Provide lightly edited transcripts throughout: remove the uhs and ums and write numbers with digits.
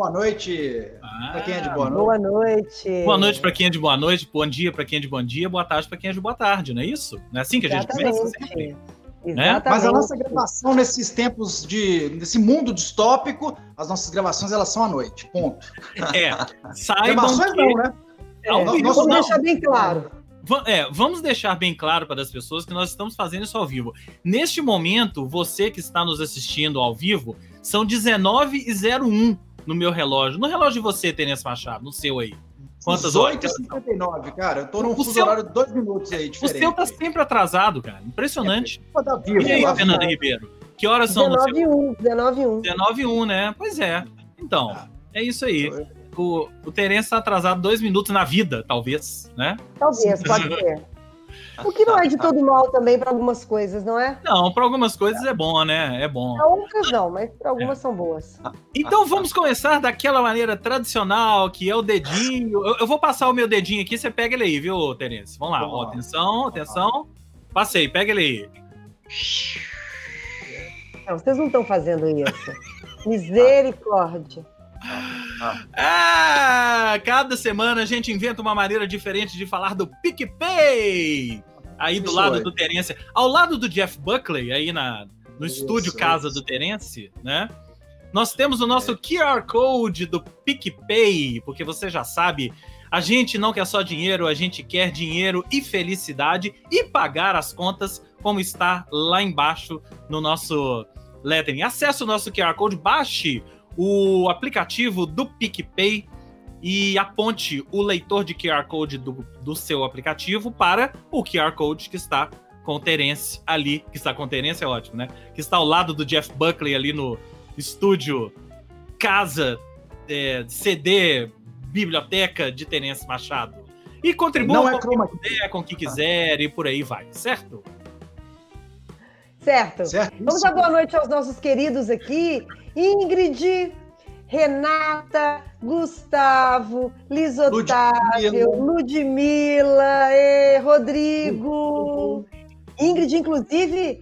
boa noite para quem é de boa noite. Boa noite. Boa noite para quem é de boa noite, bom dia para quem é de bom dia, boa tarde para quem é de boa tarde, não é isso? Não é assim que a gente começa sempre? Né? Mas a nossa gravação nesses tempos nesse mundo distópico, as nossas gravações elas são à noite, ponto. Saibam gravações que... não, né? Vamos deixar bem claro. Vamos deixar bem claro para as pessoas que nós estamos fazendo isso ao vivo. Neste momento, você que está nos assistindo ao vivo, são 19h01 no meu relógio. No relógio de você, Terence Machado, no seu aí. Quantas horas? 18h59, cara. Eu tô num fuso horário de 2 minutos aí, diferente. O seu tá sempre atrasado, cara. Impressionante. E aí, Fernanda Ribeiro? Que horas são no seu? 19h01. 19h01, né? Pois é. Então, é isso aí. O Terence tá atrasado 2 minutos na vida, talvez, né? Talvez, pode ser. O que não é de todo mal também para algumas coisas, não é? Não, para algumas coisas é bom, né? É bom. Para outras não, mas para algumas são boas. Então vamos começar daquela maneira tradicional, que é o dedinho. Eu vou passar o meu dedinho aqui, você pega ele aí, viu, Terence? Vamos lá, ó, atenção. Passei, pega ele aí. Não, vocês não estão fazendo isso. Misericórdia. Cada semana a gente inventa uma maneira diferente de falar do PicPay. Aí do lado do Terence, ao lado do Jeff Buckley, aí no estúdio casa do Terence, né? Nós temos o nosso QR Code do PicPay, porque você já sabe, a gente não quer só dinheiro, a gente quer dinheiro e felicidade e pagar as contas, como está lá embaixo no nosso lettering. Acesse o nosso QR Code, baixe o aplicativo do PicPay e aponte o leitor de QR Code do seu aplicativo para o QR Code que está com o Terence ali, que está com o Terence é ótimo, né? Que está ao lado do Jeff Buckley ali no estúdio casa, CD, biblioteca de Terence Machado. E contribua com o que quiser e por aí vai, certo? Certo. Vamos dar boa noite aos nossos queridos aqui. Ingrid, Renata, Gustavo, Liz Otávio, Ludmila, Rodrigo, Ingrid, inclusive,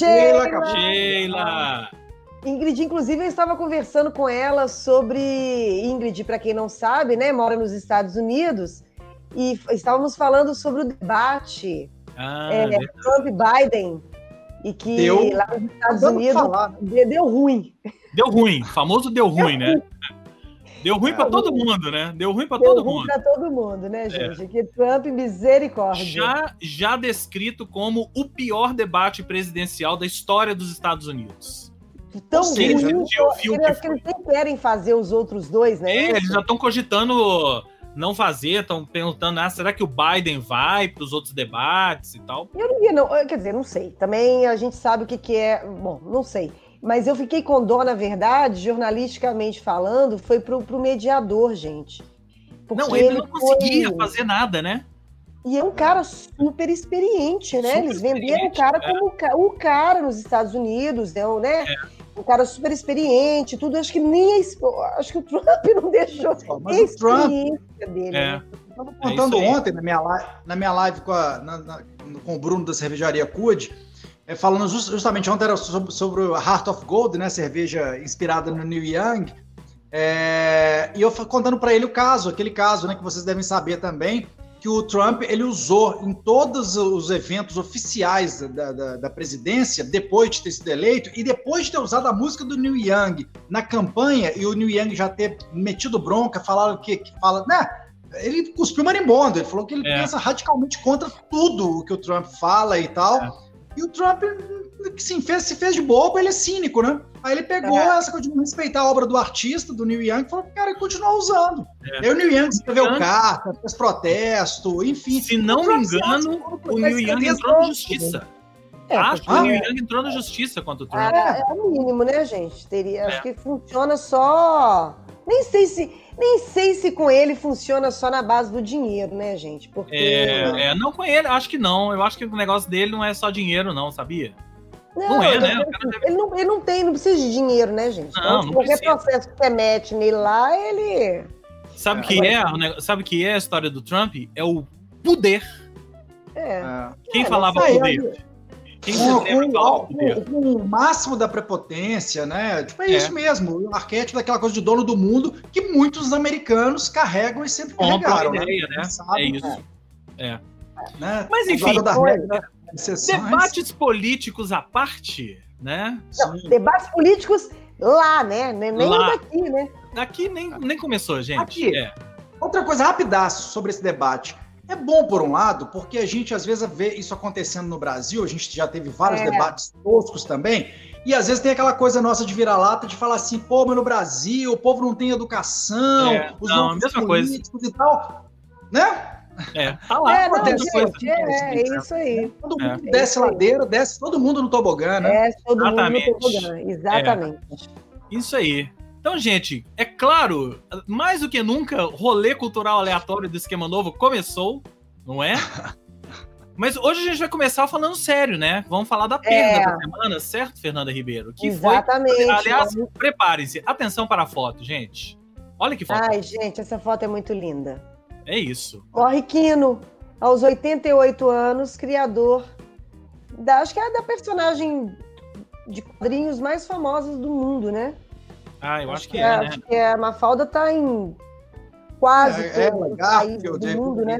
Sheila. Ingrid, inclusive, eu estava conversando com ela sobre... Ingrid, para quem não sabe, né, mora nos Estados Unidos, e estávamos falando sobre o debate Trump-Biden, e que lá nos Estados Unidos deu ruim. Deu ruim, famoso deu ruim, né? Deu ruim para todo mundo, né? Deu ruim para todo mundo. Para todo mundo, né, gente? Que Trump, misericórdia. Já descrito como o pior debate presidencial da história dos Estados Unidos. Tão ruim, acho que eles nem querem fazer os outros dois, né? Eles já estão cogitando não fazer, estão perguntando, será que o Biden vai para os outros debates e tal? Eu não, quer dizer, não sei. Também a gente sabe o que é... Bom, não sei. Mas eu fiquei com dó, na verdade, jornalisticamente falando, foi pro mediador, gente. Porque ele não conseguia fazer nada, né? E é um cara super experiente, né? Eles venderam o cara como o cara nos Estados Unidos, né? Um cara super experiente, tudo. Acho que o Trump não deixou a experiência dele. Né? Eu estava contando ontem na minha live com o Bruno da cervejaria Cud, falando justamente ontem era sobre o Heart of Gold, né? Cerveja inspirada no Neil Young. E eu contando para ele aquele caso, né? Que vocês devem saber também, que o Trump ele usou em todos os eventos oficiais da presidência, depois de ter sido eleito, e depois de ter usado a música do Neil Young na campanha, e o Neil Young já ter metido bronca, falaram que fala, né? Ele cuspiu marimbondo, ele falou que ele pensa radicalmente contra tudo o que o Trump fala e tal. E o Trump se fez de bobo, ele é cínico, né? Aí ele pegou essa coisa de não respeitar a obra do artista, do Neil Young, e falou, cara, ele continuou usando. Aí o Neil Young escreveu carta, fez protesto, enfim. Se não me engano, o Neil Young entrou na justiça. Acho que o Neil Young entrou na justiça contra o Trump. É o mínimo, né, gente? Acho que funciona só... Nem sei se com ele funciona só na base do dinheiro, né, gente? Porque... não com ele, acho que não. Eu acho que o negócio dele não é só dinheiro, não, sabia? Não né? Ele não precisa de dinheiro, né, gente? Não, então, qualquer processo que você mete nele lá, ele... Sabe o que é a história do Trump? É o poder. Quem falava poder? Quem se lembra do Alto Poder? Com o máximo da prepotência, né? Tipo, isso mesmo, o arquétipo daquela coisa de dono do mundo que muitos americanos carregam e sempre carregaram. Ideia, né? Sabe, é isso. Né? Mas enfim, debates políticos à parte, né? Não, debates políticos lá, né? Nem daqui, né? Daqui nem começou, gente. Aqui. Outra coisa rapidaço sobre esse debate. É bom, por um lado, porque a gente às vezes vê isso acontecendo no Brasil, a gente já teve vários debates toscos também, e às vezes tem aquela coisa nossa de vira-lata de falar assim, pô, mas no Brasil o povo não tem educação, os nossos políticos e tal, né? Tá lá. Isso aí. Todo mundo desce ladeira, desce todo mundo no tobogã, né? Todo mundo no tobogã, exatamente. Isso aí. Então, gente, é claro, mais do que nunca, o rolê cultural aleatório do Esquema Novo começou, não é? Mas hoje a gente vai começar falando sério, né? Vamos falar da perda da semana, certo, Fernanda Ribeiro? Que exatamente. Aliás, preparem-se. Atenção para a foto, gente. Olha que foto. Ai, gente, essa foto é muito linda. É isso. Corre Quino, aos 88 anos, criador acho que é da personagem de quadrinhos mais famosos do mundo, né? Eu acho que né? Acho que a Mafalda tá em quase todos os países do mundo, né?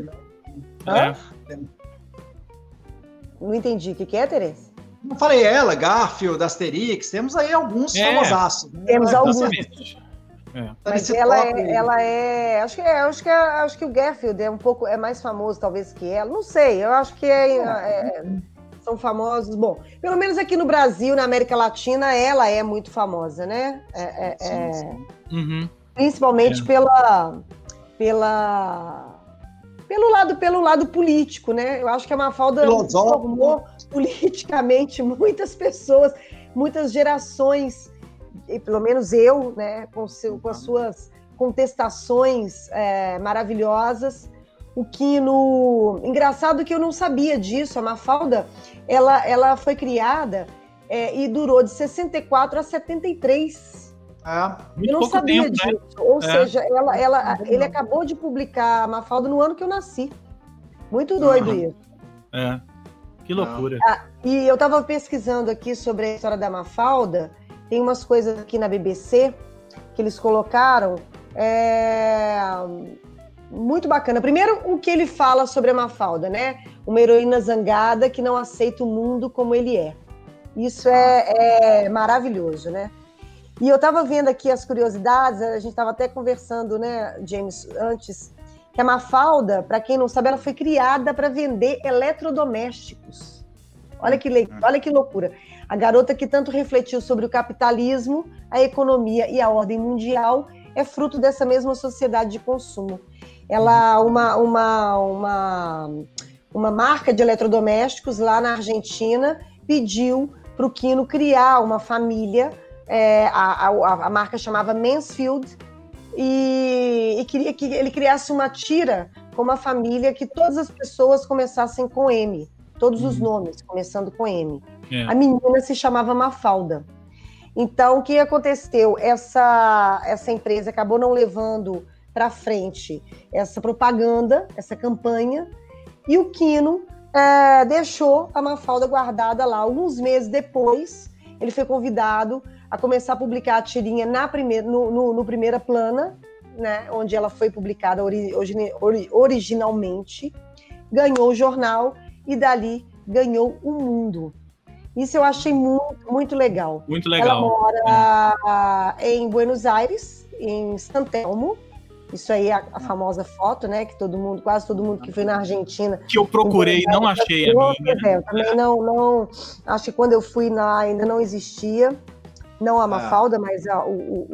Não entendi. O que é, Terence? Não falei ela, Garfield, Asterix, temos aí alguns famosaços. Né? Temos alguns. Mas ela é. Acho que o Garfield é mais famoso, talvez, que ela. Não sei, eu acho que são famosos. Bom, pelo menos aqui no Brasil, na América Latina, ela é muito famosa, né? Sim. Uhum. Principalmente pelo lado político, né? Eu acho que a Mafalda formou politicamente muitas pessoas, muitas gerações, e pelo menos eu, né? Com as suas contestações maravilhosas. O Quino... Engraçado que eu não sabia disso. A Mafalda, ela foi criada e durou de 64 a 73. Eu não sabia disso. Né? Ou seja, ele acabou de publicar a Mafalda no ano que eu nasci. Muito doido isso. Que loucura. E eu estava pesquisando aqui sobre a história da Mafalda. Tem umas coisas aqui na BBC que eles colocaram. Muito bacana. Primeiro, o que ele fala sobre a Mafalda, né? Uma heroína zangada que não aceita o mundo como ele é. Isso é maravilhoso, né? E eu estava vendo aqui as curiosidades, a gente estava até conversando, né, James, antes, que a Mafalda, para quem não sabe, ela foi criada para vender eletrodomésticos. Olha que loucura. A garota que tanto refletiu sobre o capitalismo, a economia e a ordem mundial é fruto dessa mesma sociedade de consumo. Ela, uma marca de eletrodomésticos lá na Argentina pediu para o Quino criar uma família, a marca chamava Mansfield, e queria que ele criasse uma tira com uma família que todas as pessoas começassem com M, todos os nomes começando com M. A menina se chamava Mafalda. Então, o que aconteceu? Essa empresa acabou não levando para frente essa propaganda, essa campanha, e o Quino deixou a Mafalda guardada lá. Alguns meses depois, ele foi convidado a começar a publicar a tirinha no Primeira Plana, né, onde ela foi publicada originalmente, ganhou o jornal e dali ganhou o mundo. Isso eu achei muito, muito legal. Muito legal. Ela mora em Buenos Aires, em San Telmo. Isso aí é a famosa foto, né? Que quase todo mundo que foi na Argentina... Que eu procurei e não achei a minha. Eu também não... Acho que quando eu fui lá ainda não existia. Não a Mafalda, mas a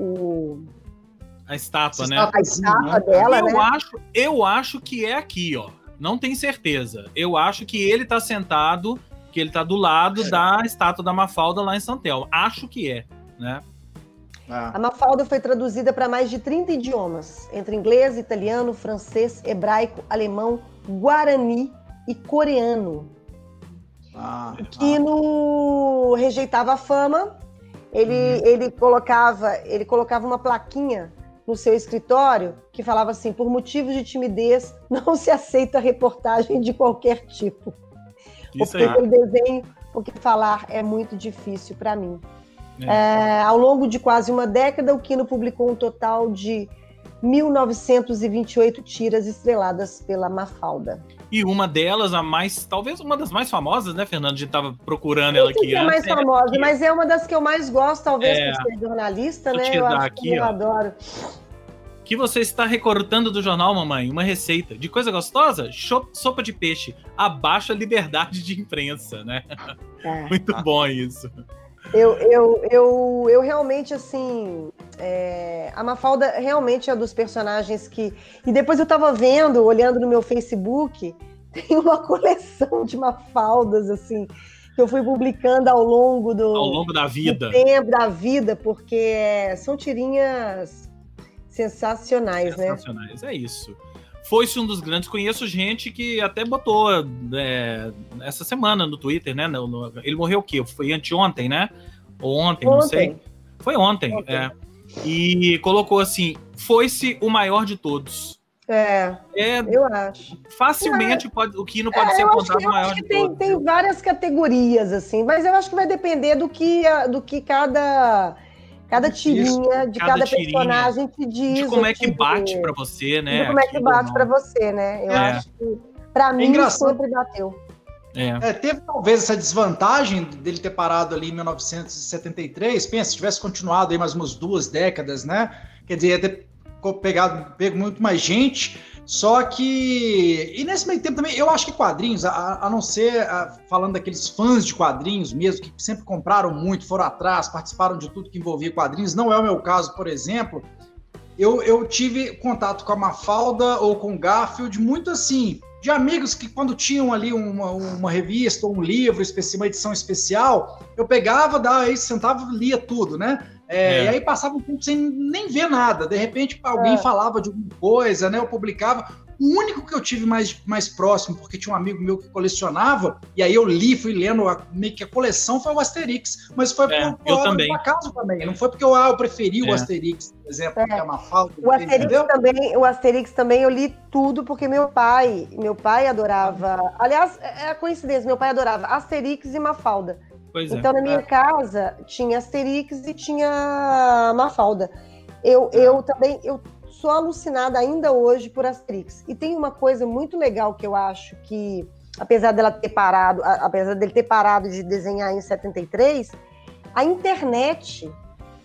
estátua, né? A estátua dela, Eu acho que é aqui, ó. Não tenho certeza. Eu acho que ele tá sentado, que ele tá do lado da estátua da Mafalda lá em São Telmo. Acho que é, né? A Mafalda foi traduzida para mais de 30 idiomas, entre inglês, italiano, francês, hebraico, alemão, guarani e coreano. O Quino rejeitava a fama, ele colocava uma plaquinha no seu escritório que falava assim: por motivos de timidez, não se aceita reportagem de qualquer tipo. Porque aquele desenho porque falar é muito difícil para mim. Ao longo de quase uma década, o Quino publicou um total de 1.928 tiras estreladas pela Mafalda. E uma delas, talvez uma das mais famosas, né, Fernando? A gente estava procurando ela aqui. É mais famosa, mas é uma das que eu mais gosto, talvez, por ser jornalista, né? Eu acho que eu adoro. Que você está recortando do jornal, mamãe, uma receita de coisa gostosa? Sopa de peixe. Abaixa a liberdade de imprensa, né? Muito bom isso. Eu realmente, assim, a Mafalda realmente é um dos personagens que... E depois eu tava vendo, olhando no meu Facebook, tem uma coleção de Mafaldas, assim, que eu fui publicando ao longo da vida. Do tempo da vida, porque são tirinhas sensacionais, né? Sensacionais, é isso. Foi-se um dos grandes. Conheço gente que até botou essa semana no Twitter, né? Ele morreu o quê? Foi anteontem, né? Ou ontem, não sei. Foi ontem. E colocou assim: foi-se o maior de todos. Eu acho. Facilmente o Quino pode ser encontrado o maior de todos. Tem várias categorias, assim, mas eu acho que vai depender do que cada tirinha, de cada personagem te diz. De como é que bate pra você, né? De como é que bate pra você, né? Eu acho que, pra mim, sempre bateu. Teve talvez essa desvantagem dele ter parado ali em 1973. Pensa, se tivesse continuado aí mais umas 2 décadas, né? Quer dizer, ia ter pego muito mais gente. Só que... E nesse meio tempo também, eu acho que quadrinhos, a não ser falando daqueles fãs de quadrinhos mesmo, que sempre compraram muito, foram atrás, participaram de tudo que envolvia quadrinhos, não é o meu caso, por exemplo. Eu tive contato com a Mafalda ou com o Garfield muito assim, de amigos que quando tinham ali uma revista ou um livro, uma edição especial, eu pegava, aí sentava e lia tudo, né? E aí passava um tempo sem nem ver nada. De repente, alguém falava de alguma coisa, né? Eu publicava. O único que eu tive mais próximo, porque tinha um amigo meu que colecionava, e aí eu fui lendo meio que a coleção, foi o Asterix. Mas foi por acaso também. Não foi porque eu preferi o Asterix, por exemplo, que é uma falta. O Asterix também eu li tudo, porque meu pai adorava... Aliás, é a coincidência, meu pai adorava Asterix e Mafalda. Então, na minha casa, tinha Asterix e tinha Mafalda. Eu sou alucinada ainda hoje por Asterix. E tem uma coisa muito legal que eu acho que, apesar dele ter parado de desenhar em 73, a internet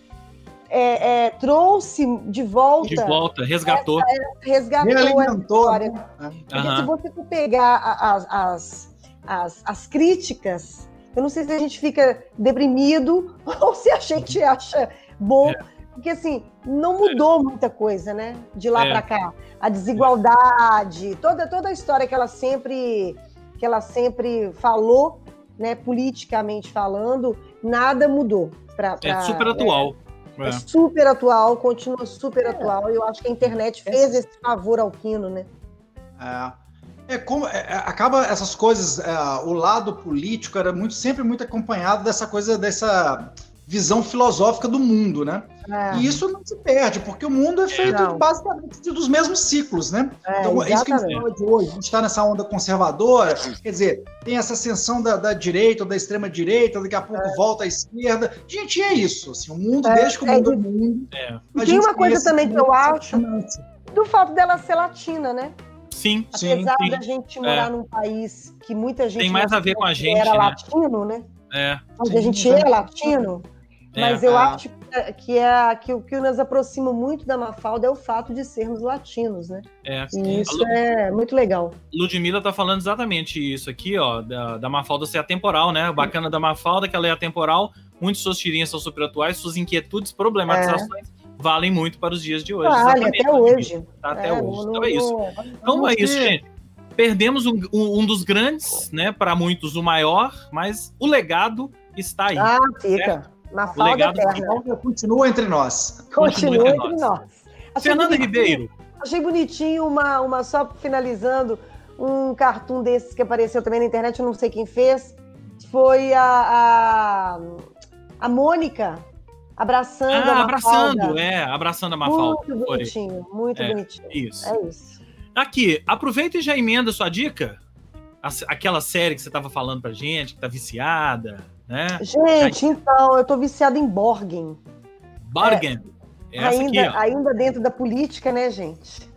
trouxe de volta, resgatou. Resgatou essa história. Porque se você for pegar as críticas... Eu não sei se a gente fica deprimido ou se a gente acha bom, porque assim, não mudou muita coisa, né? De lá para cá. A desigualdade, toda a história que ela sempre falou, né? Politicamente falando, nada mudou. É super atual. É super atual, continua super atual. E eu acho que a internet fez esse favor ao Quino, né? Acaba essas coisas, o lado político era sempre muito acompanhado dessa visão filosófica do mundo, né? E isso não se perde, porque o mundo é feito basicamente dos mesmos ciclos, né? Então, é isso que a gente fala de hoje. A gente está nessa onda conservadora, quer dizer, tem essa ascensão da direita ou da extrema-direita, daqui a pouco volta à esquerda. Gente, é isso. Assim, o mundo, desde que o mundo é mundo. Tem uma coisa também que eu acho do fato dela ser latina, né? Sim, apesar da gente morar num país que muita gente tem mais a ver com a gente, era né? latino, né? Onde a gente é latino, mas eu acho que o que nos aproxima muito da Mafalda é o fato de sermos latinos, né? E isso é muito legal. Ludmilla tá falando exatamente isso aqui, ó, da Mafalda ser atemporal, né? O bacana da Mafalda é que ela é atemporal, muitas suas tirinhas são super atuais, suas inquietudes, problematizações valem muito para os dias de hoje. Vale, até hoje. Até hoje. Então é isso. Então é isso, gente. Perdemos um dos grandes, né? Para muitos o maior, mas o legado está aí. Fica. Certo? Mafalda eterna. Continua entre nós. Continua entre nós. Fernanda Ribeiro. Achei bonitinho só finalizando, um cartoon desses que apareceu também na internet, eu não sei quem fez. Foi a Mônica. Abraçando a Mafalda. Abraçando a Mafalda. Muito bonitinho, muito bonitinho. Isso. É isso. Aqui, aproveita e já emenda sua dica. aquela série que você tava falando pra gente, que tá viciada, né? Gente, então, eu tô viciada em Borgen. Borgen? Essa aqui, ó. Ainda dentro da política, né, gente?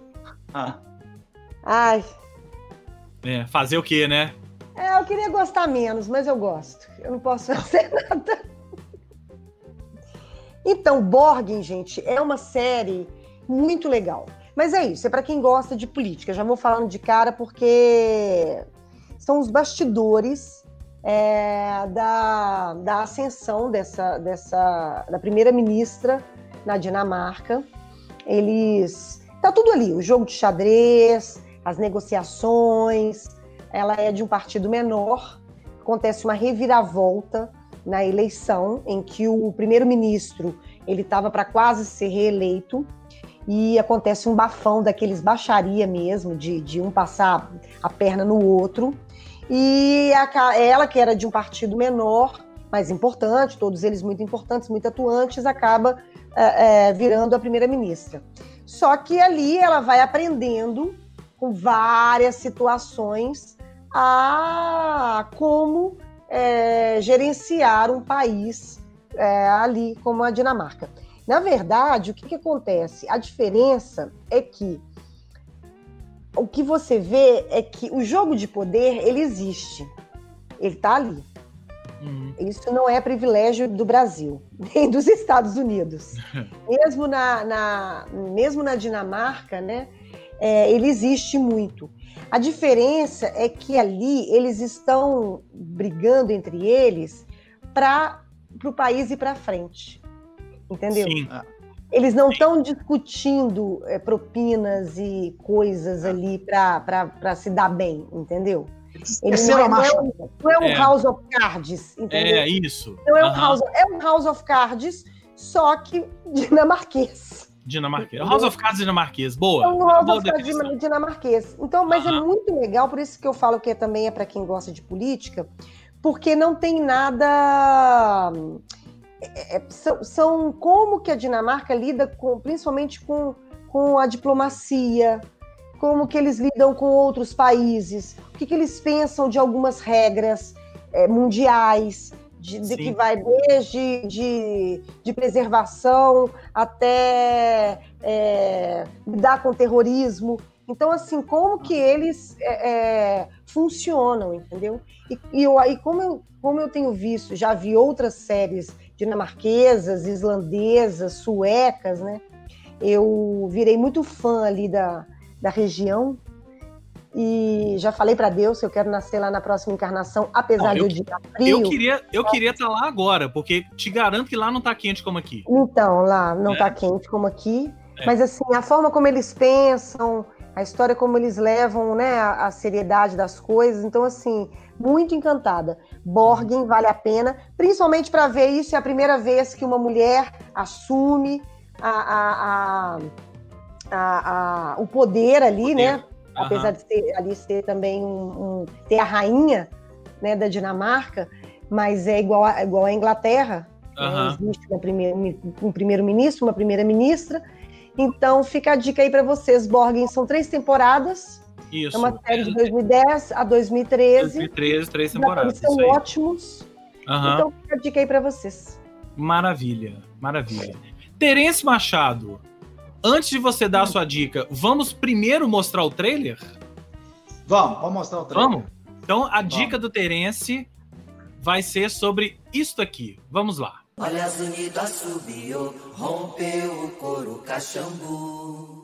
Ai. Fazer o quê, né? Eu queria gostar menos, mas eu gosto. Eu não posso fazer nada. Então, Borgen, gente, é uma série muito legal. Mas é isso, é para quem gosta de política. Já vou falando de cara porque são os bastidores da ascensão da primeira-ministra na Dinamarca. Tá tudo ali, o jogo de xadrez, as negociações. Ela é de um partido menor. Acontece uma reviravolta na eleição, em que o primeiro-ministro ele estava para quase ser reeleito, e acontece um bafão daqueles baixaria mesmo, de um passar a perna no outro, e ela, que era de um partido menor, mais importante, todos eles muito importantes, muito atuantes, acaba virando a primeira-ministra. Só que ali ela vai aprendendo, com várias situações, a como gerenciar um país ali como a Dinamarca. Na verdade, o que acontece? A diferença é que o que você vê é que o jogo de poder, ele existe. Ele está ali. Isso não é privilégio do Brasil, nem dos Estados Unidos. Mesmo na Dinamarca, né, ele existe muito. A diferença é que ali eles estão brigando entre eles para o país ir para frente. Entendeu? Sim. Eles não estão discutindo propinas e coisas ali para se dar bem, entendeu? Não é um House of Cards, entendeu? É isso. Não é um House of Cards, só que dinamarquês. House of Cards dinamarquês, boa. É um House of Cards dinamarquês. Então, mas é muito legal, por isso que eu falo que também é para quem gosta de política, porque não tem nada... São como que a Dinamarca lida principalmente com a diplomacia, como que eles lidam com outros países, o que eles pensam de algumas regras mundiais, que vai desde de preservação até lidar com terrorismo. Então, assim, como que eles funcionam, entendeu? E como eu tenho visto, já vi outras séries dinamarquesas, islandesas, suecas, né? Eu virei muito fã ali da região e já falei para Deus que eu quero nascer lá na próxima encarnação, apesar de odiar frio. Eu queria estar lá agora, porque te garanto que lá não tá quente como aqui. Então, lá não tá quente como aqui, mas assim, a forma como eles pensam, a história como eles levam, né, a seriedade das coisas, então assim, muito encantada. Borgen vale a pena, principalmente para ver isso, é a primeira vez que uma mulher assume o poder ali, né? Apesar de ali ser também ter a rainha, né, da Dinamarca, mas é igual à Inglaterra, né? Existe um primeiro-ministro, uma primeira-ministra. Então fica a dica aí para vocês, Borgen, são 3 temporadas. Isso. É uma série de 2010 a 2013. 2013, 3 temporadas. São ótimos. Então fica a dica aí para vocês. Maravilha. Terence Machado, antes de você dar a sua dica, vamos primeiro mostrar o trailer? Vamos mostrar o trailer. Vamos? Então a dica do Terence vai ser sobre isto aqui. Vamos lá. Olha, as unidas subiu, rompeu o couro caxambu.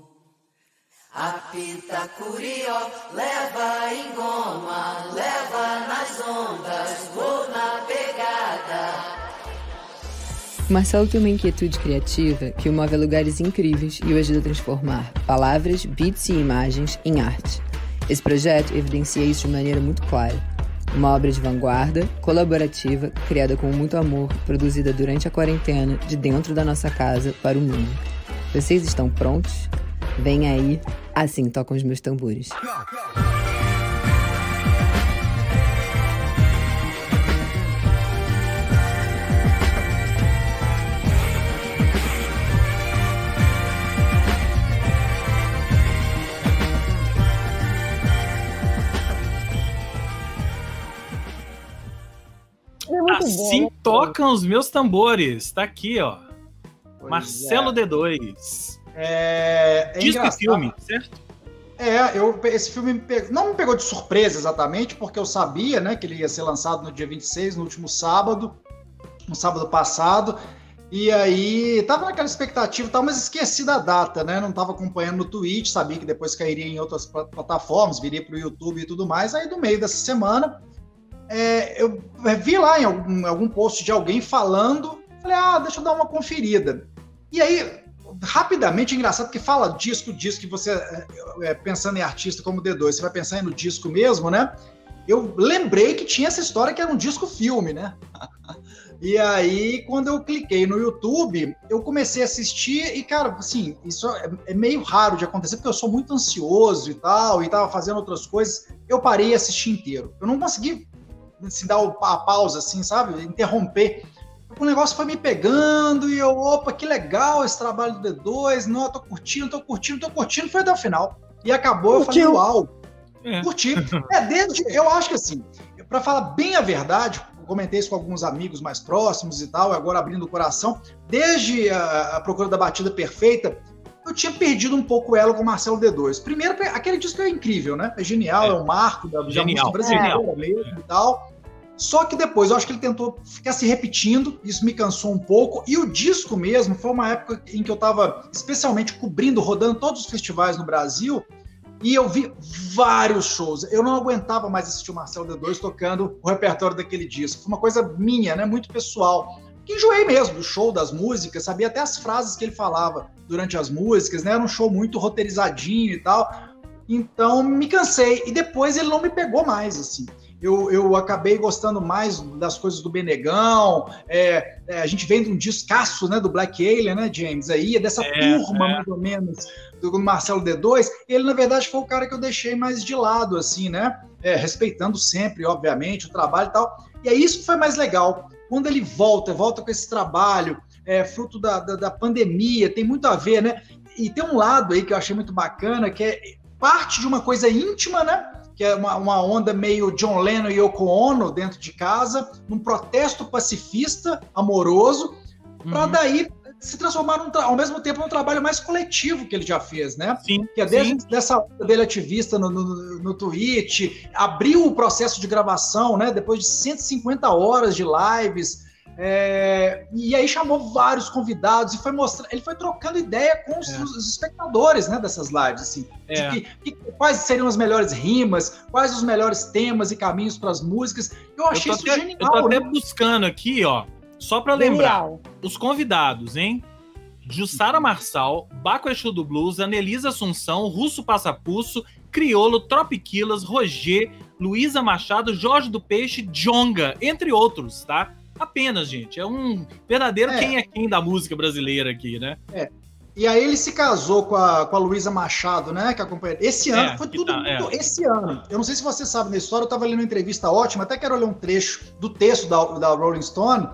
Apita curió, leva em goma, leva nas ondas, vou na pegada. Marcelo tem uma inquietude criativa que o move a lugares incríveis e o ajuda a transformar palavras, beats e imagens em arte. Esse projeto evidencia isso de maneira muito clara. Uma obra de vanguarda, colaborativa, criada com muito amor, produzida durante a quarentena, de dentro da nossa casa para o mundo. Vocês estão prontos? Vem aí, assim tocam os meus tambores. Assim bom. tocam os meus tambores. Tá aqui, ó. Pois Marcelo D2. Disco engraçado. e filme, certo? Esse filme não me pegou de surpresa exatamente, porque eu sabia, né, que ele ia ser lançado no dia 26, no último sábado, no sábado passado, e aí tava naquela expectativa e tal, mas esqueci da data, né, não tava acompanhando no Twitch, sabia que depois cairia em outras plataformas, viria pro YouTube e tudo mais, aí no meio dessa semana, eu vi lá em algum post de alguém falando, falei, deixa eu dar uma conferida. E aí, rapidamente, é engraçado que fala disco que você, pensando em artista como D2, você vai pensar no disco mesmo, né? Eu lembrei que tinha essa história que era um disco-filme, né? E aí, quando eu cliquei no YouTube, eu comecei a assistir e, cara, assim, isso é meio raro de acontecer, porque eu sou muito ansioso e tal, e tava fazendo outras coisas, eu parei e assisti inteiro. Eu não consegui, assim, dar a pausa, assim, sabe? Interromper. O negócio foi me pegando e eu, opa, que legal esse trabalho do D2, não, eu tô curtindo, foi até o final. E acabou, eu falei, uau, curti. Eu acho que assim, pra falar bem a verdade, eu comentei isso com alguns amigos mais próximos e tal, agora abrindo o coração, desde a Procura da Batida Perfeita, eu tinha perdido um pouco o elo com o Marcelo D2. Primeiro, aquele disco é incrível, né? É genial, é um marco da música brasileira mesmo e tal. Só que depois, eu acho que ele tentou ficar se repetindo, isso me cansou um pouco, e o disco mesmo, foi uma época em que eu estava especialmente cobrindo, rodando todos os festivais no Brasil, e eu vi vários shows. Eu não aguentava mais assistir o Marcelo D2 tocando o repertório daquele disco. Foi uma coisa minha, né, muito pessoal. Que enjoei mesmo do show, das músicas, sabia até as frases que ele falava durante as músicas, né? Era um show muito roteirizadinho e tal. Então, me cansei. E depois ele não me pegou mais, assim. Eu acabei gostando mais das coisas do Benegão, a gente vem de um descasso, né, do Black Alien, né, James, aí, dessa turma, mais ou menos, do Marcelo D2, ele, na verdade, foi o cara que eu deixei mais de lado, assim, né, respeitando sempre, obviamente, o trabalho e tal, e é isso que foi mais legal, quando ele volta com esse trabalho, fruto da pandemia, tem muito a ver, né, e tem um lado aí que eu achei muito bacana, que é parte de uma coisa íntima, né, que é uma onda meio John Lennon e Yoko Ono dentro de casa, num protesto pacifista, amoroso, para daí se transformar ao mesmo tempo num trabalho mais coletivo que ele já fez, né? Sim, que é desde dessa onda dele ativista no Twitch, abriu o processo de gravação, né? Depois de 150 horas de lives, e aí chamou vários convidados e ele foi trocando ideia com os espectadores, né, dessas lives, assim, quais seriam as melhores rimas, quais os melhores temas e caminhos para as músicas. Eu achei isso genial. Eu tô até buscando aqui, ó, só para lembrar os convidados, hein? Jussara Marçal, Baco Exu do Blues, Anelisa Assunção, Russo Passapulso, Criolo, Tropiquilas, Roger, Luísa Machado, Jorge do Peixe, Djonga, entre outros, tá? Apenas, gente. É um verdadeiro quem é quem da música brasileira aqui, né? E aí ele se casou com a Luísa Machado, né? Que acompanha. Esse ano, foi tudo esse ano. Eu não sei se você sabe da história, eu estava lendo uma entrevista ótima, até quero ler um trecho do texto da Rolling Stone,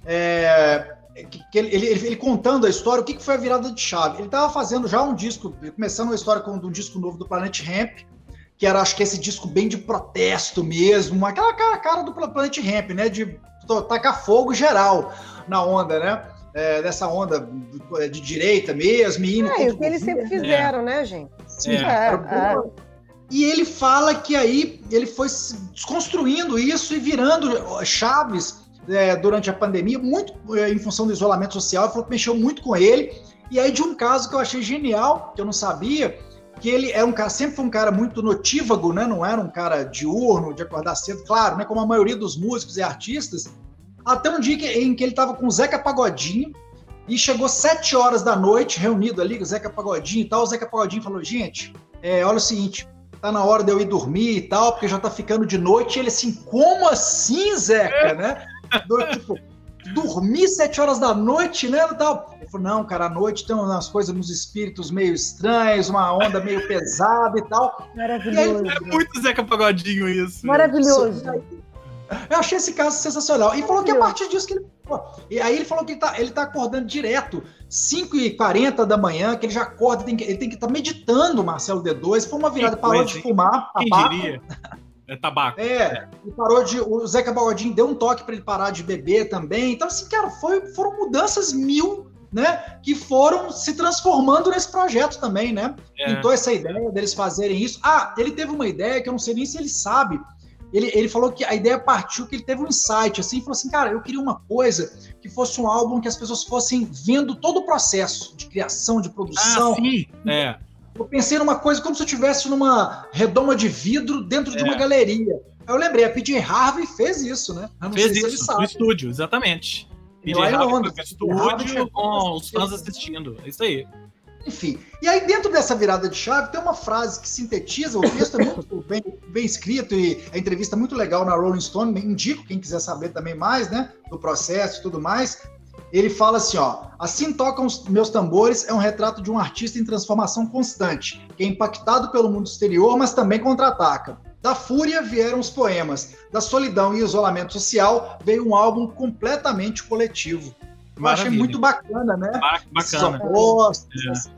ele contando a história, o que foi a virada de chave. Ele estava fazendo já um disco, começando uma história com um disco novo do Planet Hemp, que era, acho que esse disco bem de protesto mesmo, aquela cara do Planet Hemp, né? De tacar fogo geral na onda, né? Dessa onda de direita mesmo. O que eles sempre fizeram, né, gente? Sim, E ele fala que aí ele foi desconstruindo isso e virando chaves durante a pandemia, muito em função do isolamento social. Ele falou que mexeu muito com ele. E aí de um caso que eu achei genial, que eu não sabia, que ele sempre foi um cara muito notívago, né? Não era um cara diurno, de acordar cedo, claro, né? Como a maioria dos músicos e artistas, até um dia em que ele estava com o Zeca Pagodinho e chegou 7 horas da noite, reunido ali com o Zeca Pagodinho e tal. O Zeca Pagodinho falou, gente, olha o seguinte, tá na hora de eu ir dormir e tal, porque já tá ficando de noite. E ele assim, como assim, Zeca, né? Tipo, dormir 7 horas da noite, né? Tal. Ele falou, não, cara, à noite tem umas coisas nos espíritos meio estranhas, uma onda meio pesada e tal. Maravilhoso. É muito Zeca Pagodinho isso. Maravilhoso. Eu achei esse caso sensacional. E falou que a partir disso que ele... E aí ele falou que ele tá acordando direto, 5h40 da manhã, que ele já acorda, ele tem que estar meditando, o Marcelo D2. Foi uma virada, parou de fumar. Quem diria? É tabaco. Ele parou de... O Zeca Pagodinho deu um toque para ele parar de beber também. Então, assim, cara, foram mudanças mil, né? Que foram se transformando nesse projeto também, né? Pintou essa ideia deles fazerem isso. Ele teve uma ideia que eu não sei nem se ele sabe. Ele falou que a ideia partiu, que ele teve um insight, assim, falou assim, cara, eu queria uma coisa que fosse um álbum que as pessoas fossem vendo todo o processo de criação, de produção. Sim, Eu pensei numa coisa como se eu estivesse numa redoma de vidro dentro de uma galeria. Aí eu lembrei, a PJ Harvey fez isso, né? Eu não fez sei isso, se ele sabe. no estúdio, exatamente. PJ Harvey foi pro estúdio com os fãs assistindo, é isso aí. Enfim, e aí dentro dessa virada de chave tem uma frase que sintetiza, o texto é muito bem escrito e a entrevista é muito legal na Rolling Stone, indico quem quiser saber também mais, né, do processo e tudo mais. Ele fala assim, assim tocam os meus tambores é um retrato de um artista em transformação constante, que é impactado pelo mundo exterior, mas também contra-ataca. Da fúria vieram os poemas, da solidão e isolamento social veio um álbum completamente coletivo. Eu achei muito bacana, né? Bacana. Opostos,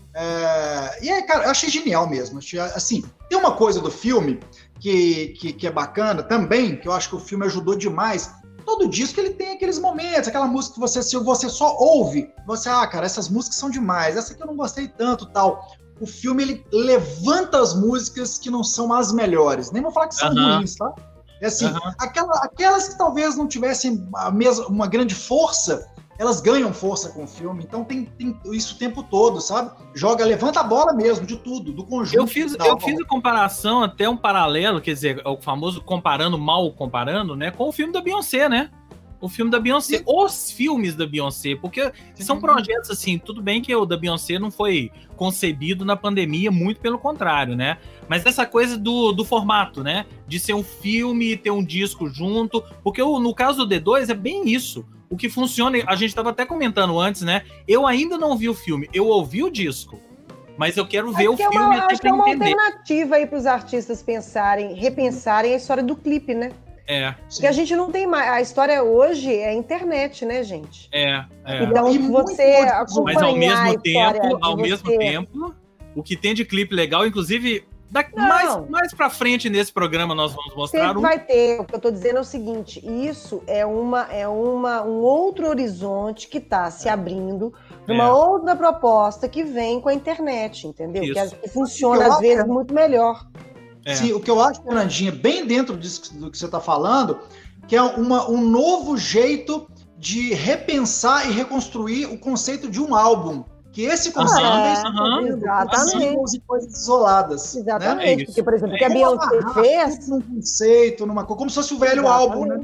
e aí, cara, eu achei genial mesmo. Assim, tem uma coisa do filme que é bacana também, que eu acho que o filme ajudou demais. Todo disco ele tem aqueles momentos, aquela música que você só ouve, você, cara, essas músicas são demais, essa aqui eu não gostei tanto, tal. O filme, ele levanta as músicas que não são as melhores. Nem vou falar que são ruins, tá? É assim, aquelas que talvez não tivessem uma grande força, elas ganham força com o filme, então tem isso o tempo todo, sabe? Levanta a bola mesmo, de tudo, do conjunto. Eu fiz a comparação, até um paralelo, quer dizer, o famoso mal comparando, né, com o filme da Beyoncé, né? O filme da Beyoncé, os filmes da Beyoncé, porque são projetos assim, tudo bem que o da Beyoncé não foi concebido na pandemia, muito pelo contrário, né? Mas essa coisa do formato, né? De ser um filme e ter um disco junto, porque no caso do D2 é bem isso. O que funciona, a gente estava até comentando antes, né? Eu ainda não vi o filme, eu ouvi o disco, mas eu quero ver o filme até acho que é uma alternativa aí para os artistas repensarem a história do clipe, né? Porque a gente não tem mais. A história hoje é a internet, né, gente? Então, você acompanhar mas ao mesmo tempo, o que tem de clipe legal, inclusive. Mais pra frente nesse programa nós vamos mostrar sempre vai ter. O que eu tô dizendo é o seguinte, isso é um outro horizonte que tá se abrindo para uma outra proposta que vem com a internet, entendeu? Que funciona às vezes muito melhor. Sim, o que eu acho, Fernandinha, bem dentro disso do que você tá falando, que é um novo jeito de repensar e reconstruir o conceito de um álbum. Que esse conceito exatamente. E coisas isoladas. Exatamente. Né? Porque, por exemplo, o que a Beyoncé fez. Num conceito, como se fosse o velho álbum, né?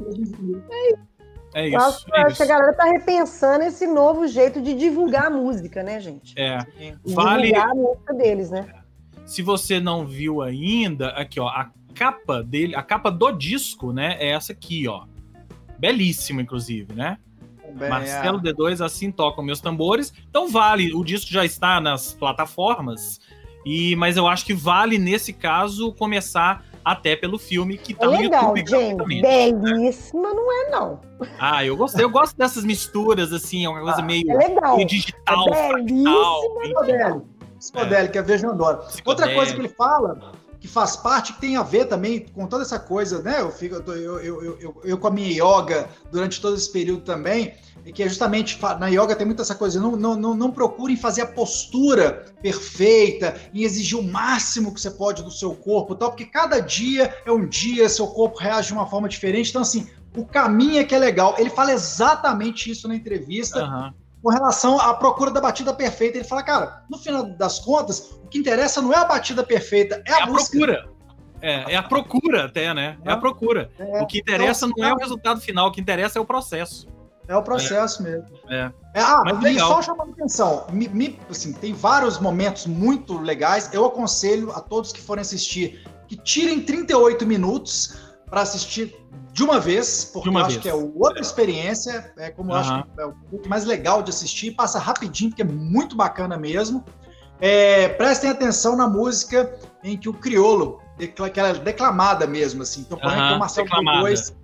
É isso. Acho que a galera tá repensando esse novo jeito de divulgar a música, né, gente? Divulgar a música deles, né? Se você não viu ainda, aqui, ó, a capa dele, a capa do disco, né? É essa aqui, ó. Belíssima, inclusive, né? Marcelo D2, assim tocam meus tambores. Então vale, o disco já está nas plataformas, mas eu acho que vale, nesse caso, começar até pelo filme que tá no YouTube gratuitamente. Belíssima, né? Não é, não. Eu gosto dessas misturas, assim, é uma coisa meio digital, fractal. Psicodélico, que a Veja adora. Outra coisa que ele fala, que faz parte, que tem a ver também com toda essa coisa, né? Eu com a minha yoga durante todo esse período também, e que é justamente, na yoga tem muita essa coisa, não procurem fazer a postura perfeita e exigir o máximo que você pode do seu corpo, tal, porque cada dia é um dia, seu corpo reage de uma forma diferente, então assim, o caminho é que é legal. Ele fala exatamente isso na entrevista, com relação à procura da batida perfeita. Ele fala, cara, no final das contas, o que interessa não é a batida perfeita, é a procura. É a procura até, né? É a procura. O que interessa não é o resultado final, o que interessa é o processo. É o processo mesmo. Mas só chamando atenção, assim, tem vários momentos muito legais. Eu aconselho a todos que forem assistir que tirem 38 minutos para assistir de uma vez, porque eu acho que é outra experiência, eu acho que é o mais legal de assistir, passa rapidinho, porque é muito bacana mesmo. Prestem atenção na música em que o crioulo, que ela é declamada mesmo, assim. Então, por exemplo, o Marcelo D2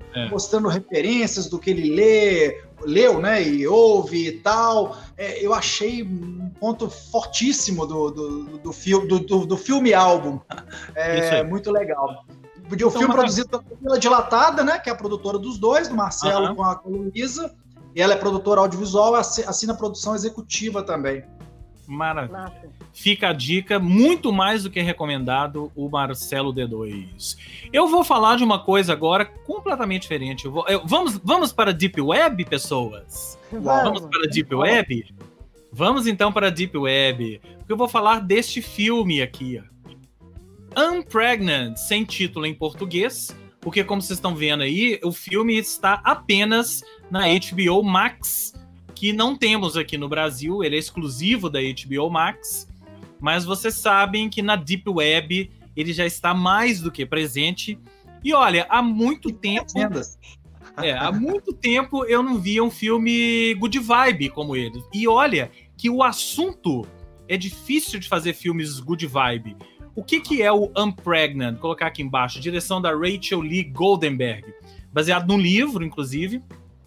mostrando referências do que ele leu, né, e ouve e tal. Eu achei um ponto fortíssimo do filme álbum. Muito legal. O filme produzido pela Dilatada, né, que é a produtora dos dois, do Marcelo com a Luísa, e ela é produtora audiovisual, assina a produção executiva também. Maravilha. Fica a dica, muito mais do que recomendado, o Marcelo D2. Eu vou falar de uma coisa agora completamente diferente. Vamos para a Deep Web, pessoas? Vamos para a Deep Web? Vamos então para a Deep Web. Porque eu vou falar deste filme aqui. Unpregnant, sem título em português. Porque, como vocês estão vendo aí, o filme está apenas na HBO Max, que não temos aqui no Brasil, ele é exclusivo da HBO Max, mas vocês sabem que na Deep Web ele já está mais do que presente. E olha, há muito tempo eu não via um filme good vibe como ele. E olha que o assunto é difícil de fazer filmes good vibe. O que é o Unpregnant? Vou colocar aqui embaixo, direção da Rachel Lee Goldenberg, baseado num livro, inclusive.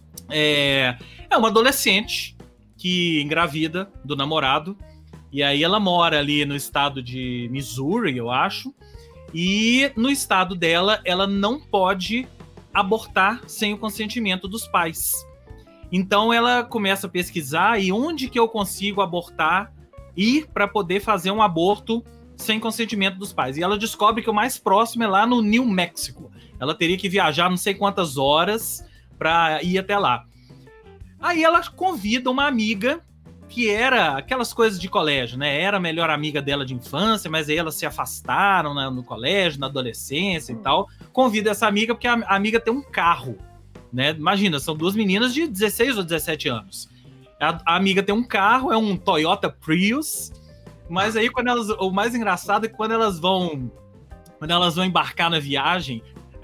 É uma adolescente que engravida do namorado, e aí ela mora ali no estado de Missouri, eu acho, e no estado dela, ela não pode abortar sem o consentimento dos pais. Então ela começa a pesquisar, e onde que eu consigo abortar e para poder fazer um aborto sem consentimento dos pais. E ela descobre que o mais próximo é lá no New Mexico. Ela teria que viajar não sei quantas horas para ir até lá. Aí ela convida uma amiga que era aquelas coisas de colégio, né? Era a melhor amiga dela de infância, mas aí elas se afastaram no colégio, na adolescência e tal. Convida essa amiga porque a amiga tem um carro, né? Imagina, são duas meninas de 16 ou 17 anos. A amiga tem um carro, é um Toyota Prius, mas aí o mais engraçado é que quando elas vão embarcar na viagem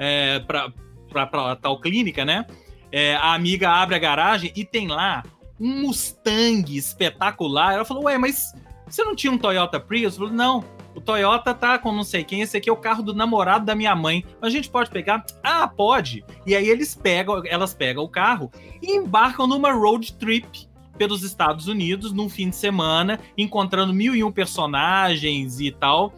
para tal clínica, né? A amiga abre a garagem e tem lá um Mustang espetacular. Ela falou, ué, mas você não tinha um Toyota Prius? Eu falei, não, o Toyota tá com não sei quem, esse aqui é o carro do namorado da minha mãe. A gente pode pegar? Ah, pode. E aí elas pegam o carro e embarcam numa road trip pelos Estados Unidos, num fim de semana, encontrando 1001 personagens e tal.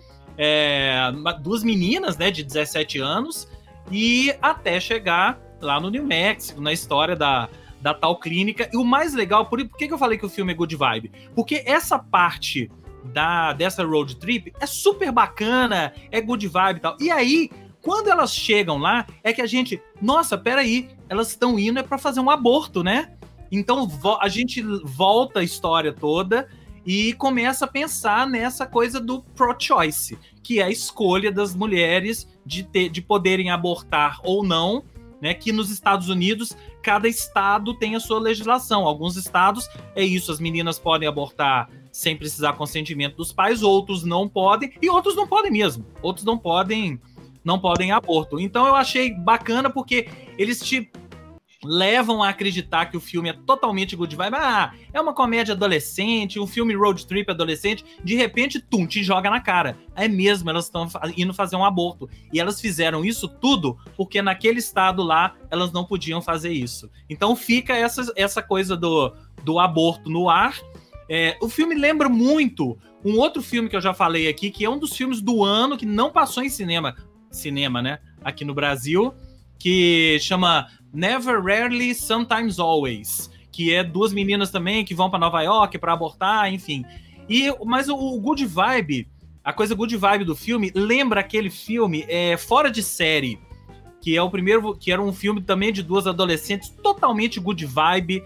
Duas meninas, né, de 17 anos, e até chegar lá no New Mexico, na história da tal clínica. E o mais legal, por que eu falei que o filme é good vibe? Porque essa parte dessa road trip é super bacana, é good vibe e tal. E aí, quando elas chegam lá, é que a gente... Nossa, peraí, elas estão indo para fazer um aborto, né? Então a gente volta a história toda e começa a pensar nessa coisa do pro-choice, que é a escolha das mulheres de poderem abortar ou não, né? Que nos Estados Unidos, cada estado tem a sua legislação. Alguns estados é isso, as meninas podem abortar sem precisar consentimento dos pais, outros não podem, e outros não podem mesmo. Outros não podem aborto. Então eu achei bacana porque eles te levam a acreditar que o filme é totalmente good vibe. É uma comédia adolescente, um filme road trip adolescente, de repente, te joga na cara. É mesmo, elas estão indo fazer um aborto. E elas fizeram isso tudo porque naquele estado lá, elas não podiam fazer isso. Então fica essa coisa do aborto no ar. O filme lembra muito um outro filme que eu já falei aqui, que é um dos filmes do ano que não passou em cinema, né, aqui no Brasil, que chama Never, Rarely, Sometimes, Always, que é duas meninas também que vão para Nova York para abortar, enfim. Mas o good vibe, a coisa good vibe do filme, lembra aquele filme Fora de Série, que é o primeiro, que era um filme também de duas adolescentes, totalmente good vibe,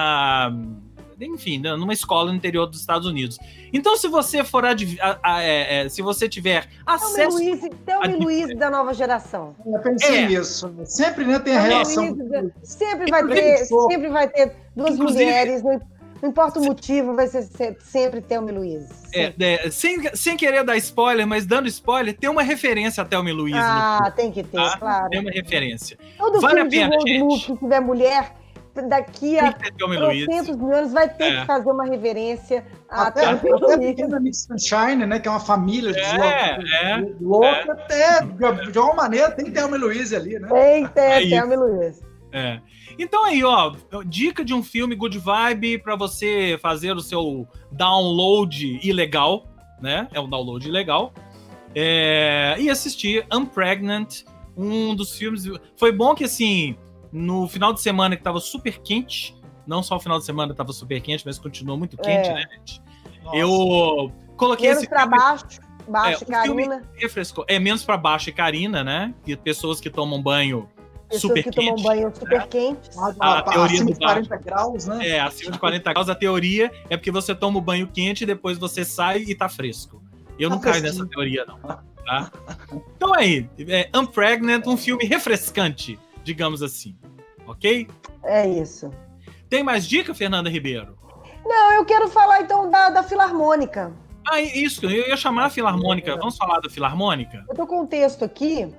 numa escola no interior dos Estados Unidos. Então, se você for se você tiver acesso... Thelma e Luiz da nova geração. Eu pensei nisso. Sempre, né, tem a relação. Sempre vai ter duas mulheres, não importa o motivo, vai ser sempre Thelma e Luiz. Sem querer dar spoiler, mas dando spoiler, tem uma referência a Thelma e Luiz. Tem que ter, claro. Tem uma referência. Todo vale filme a pena, de road movie que tiver mulher... daqui a 300 mil anos vai ter que fazer uma reverência a até a pequena Miss Sunshine, né? Que é uma família louca, até de alguma maneira tem Thelma e Louise ali, né? Tem Thelma e Louise. Então aí, ó, dica de um filme good vibe pra você fazer o seu download ilegal, né? É um download ilegal. E assistir Unpregnant, um dos filmes... Foi bom que, assim, no final de semana que tava super quente, não só o final de semana tava super quente, mas continuou muito quente, né, gente? Nossa. Eu coloquei menos esse pra filme... baixo, Karina. Refrescou. Menos pra baixo e Karina, né? E pessoas que tomam banho super quente. Tomam banho super quentes. A teoria acima de 40 graus, né? Acima de 40 graus. A teoria é porque você toma o banho quente e depois você sai e tá fresco. Eu não caio nessa teoria, não. Tá? Então aí, Unpregnant, um filme refrescante, digamos assim. Ok? É isso. Tem mais dica, Fernanda Ribeiro? Não, eu quero falar então da Filarmônica. Isso, eu ia chamar a Filarmônica. Vamos falar da Filarmônica? Eu tô com um texto aqui.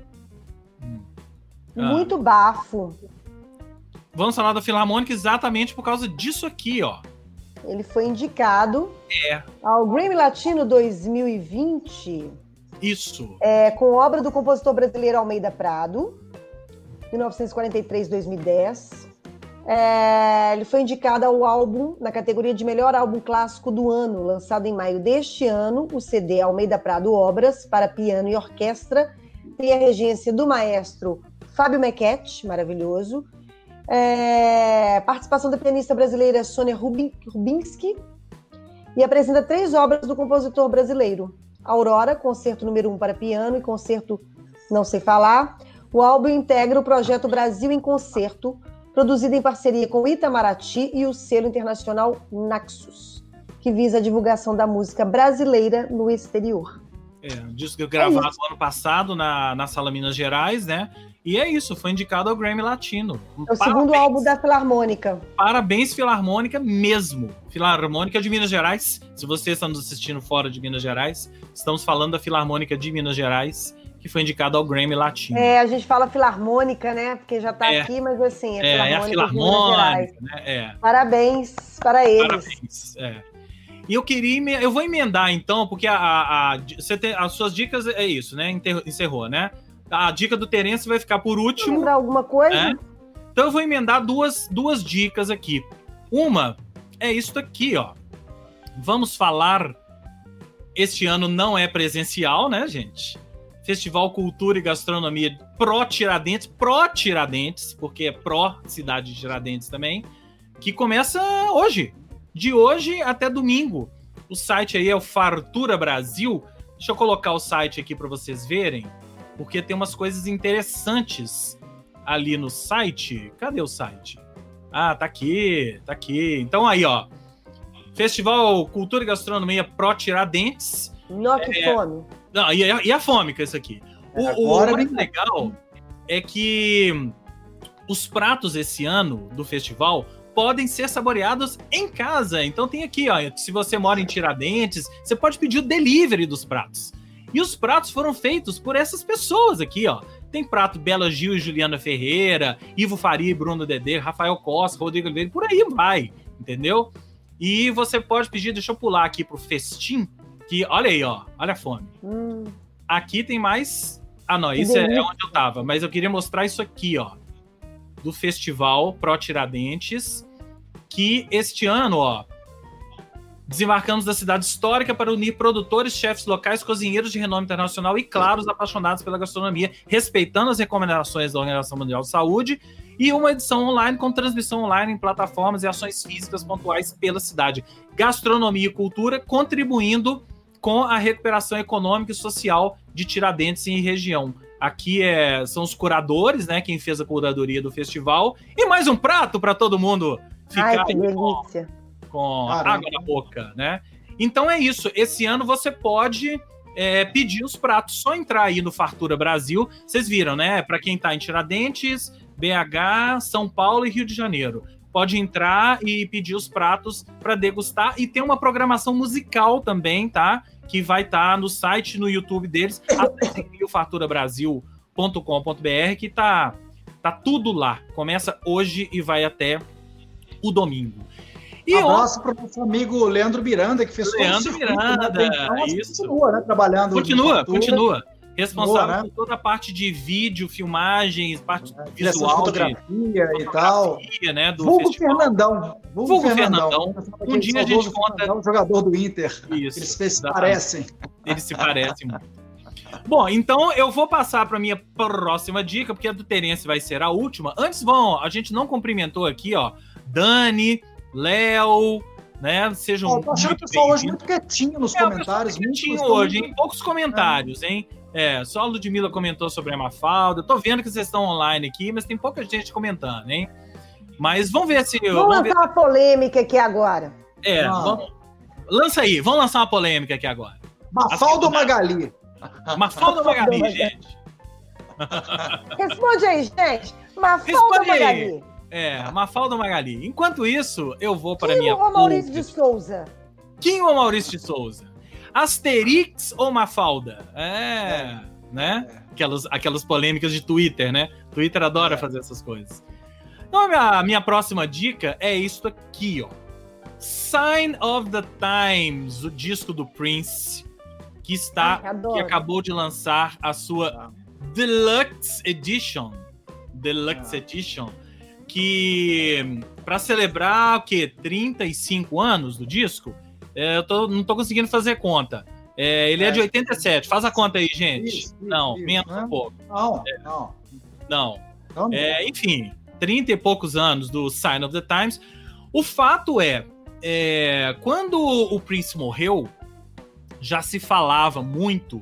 Muito bafo. Vamos falar da Filarmônica exatamente por causa disso aqui, ó. Ele foi indicado ao Grammy Latino 2020. Isso. Com obra do compositor brasileiro Almeida Prado, 1943-2010. Ele foi indicado ao álbum na categoria de melhor álbum clássico do ano, lançado em maio deste ano. O CD Almeida Prado Obras para piano e orquestra tem a regência do maestro Fábio Mequete, maravilhoso. Participação da pianista brasileira Sônia Rubinski, e apresenta 3 obras do compositor brasileiro: Aurora, concerto número 1 para piano e concerto Não Sei Falar. O álbum integra o projeto Brasil em Concerto, produzido em parceria com o Itamaraty e o selo internacional Naxos, que visa a divulgação da música brasileira no exterior. Um disco gravado no ano passado na Sala Minas Gerais, né? E é isso, foi indicado ao Grammy Latino. É o segundo álbum da Filarmônica. Parabéns, Filarmônica mesmo. Filarmônica de Minas Gerais. Se você está nos assistindo fora de Minas Gerais, estamos falando da Filarmônica de Minas Gerais, que foi indicado ao Grammy Latino. A gente fala Filarmônica, né? Porque já está aqui, mas assim, é a Filarmônica, né? Parabéns para eles. Parabéns, E eu vou emendar então, porque você tem, as suas dicas é isso, né? Encerrou, né? A dica do Terence vai ficar por último. Lembrar alguma coisa? Né? Então eu vou emendar duas dicas aqui. Uma é isso aqui, ó. Vamos falar... Este ano não é presencial, né, gente? Festival Cultura e Gastronomia Pró-Tiradentes, porque é pró-cidade de Tiradentes também, que começa hoje. De hoje até domingo. O site aí é o Fartura Brasil. Deixa eu colocar o site aqui para vocês verem, porque tem umas coisas interessantes ali no site. Cadê o site? Tá aqui. Então aí, ó. Festival Cultura e Gastronomia Pró-Tiradentes. Que fome. Não, e a fome com isso aqui. O mais legal é que os pratos esse ano do festival podem ser saboreados em casa. Então tem aqui, ó, se você mora em Tiradentes, você pode pedir o delivery dos pratos. E os pratos foram feitos por essas pessoas aqui, ó. Tem prato Bela Gil e Juliana Ferreira, Ivo Faria e Bruno Dedê, Rafael Costa, Rodrigo Oliveira, por aí vai, entendeu? E você pode pedir, deixa eu pular aqui pro festim, que, olha aí, ó, olha a fome. Aqui tem mais... não, isso é onde eu tava, mas eu queria mostrar isso aqui, ó, do Festival Pró-Tiradentes, que este ano, ó, desembarcamos da cidade histórica para unir produtores, chefes locais, cozinheiros de renome internacional e, claro, os apaixonados pela gastronomia, respeitando as recomendações da Organização Mundial de Saúde, e uma edição online com transmissão online em plataformas e ações físicas pontuais pela cidade. Gastronomia e cultura contribuindo com a recuperação econômica e social de Tiradentes e região. Aqui são os curadores, né? Quem fez a curadoria do festival. E mais um prato para todo mundo ficar que delícia. Com água na boca, né? Então é isso. Esse ano você pode pedir os pratos. Só entrar aí no Fartura Brasil. Vocês viram, né? Para quem tá em Tiradentes, BH, São Paulo e Rio de Janeiro. Pode entrar e pedir os pratos para degustar. E tem uma programação musical também, tá? Que vai estar no site, no YouTube deles, o farturabrasil.com.br, que tá Tá tudo lá. Começa hoje e vai até o domingo. E abraço para o nosso amigo Leandro Miranda, que fez Leandro Miranda, né? Então, isso. Continua, né? Trabalhando. Continua. Responsável né? por toda a parte de vídeo, filmagens, parte visual, fotografia e tal. Né, do Vulgo festival. Fernandão. Vulgo Fernandão. Um dia a gente conta. O jogador do Inter. Isso, eles se parecem. Eles se parecem muito. Bom, então eu vou passar para minha próxima dica, porque a do Terence vai ser a última. Antes, a gente não cumprimentou aqui, ó, Dani, Léo, né? Sejam tô achando o pessoal hoje muito quietinho nos comentários. Muito quietinho hoje, hein? Poucos comentários, hein? Só a Ludmilla comentou sobre a Mafalda. Tô vendo que vocês estão online aqui, mas tem pouca gente comentando, hein? Mas vamos ver se... Vamos lançar uma polêmica aqui agora. Lança aí, vamos lançar uma polêmica aqui agora. Mafalda ou Magali? Mafalda ou Magali, gente? Responde aí, gente. Mafalda ou Magali? Mafalda ou Magali. Enquanto isso, eu vou para Kim ou Maurício de Souza? Kim ou Maurício de Souza? Asterix ou Mafalda? Né? Aquelas polêmicas de Twitter, né? Twitter adora fazer essas coisas. Então, a minha próxima dica é isso aqui, ó. Sign of the Times, o disco do Prince, que acabou de lançar a sua Deluxe Edition, que para celebrar o quê? 35 anos do disco, não tô conseguindo fazer conta. Ele é de 87, faz a conta aí, gente. Menos um pouco. Não. Enfim, 30 e poucos anos do Sign of the Times. O fato quando o Prince morreu, já se falava muito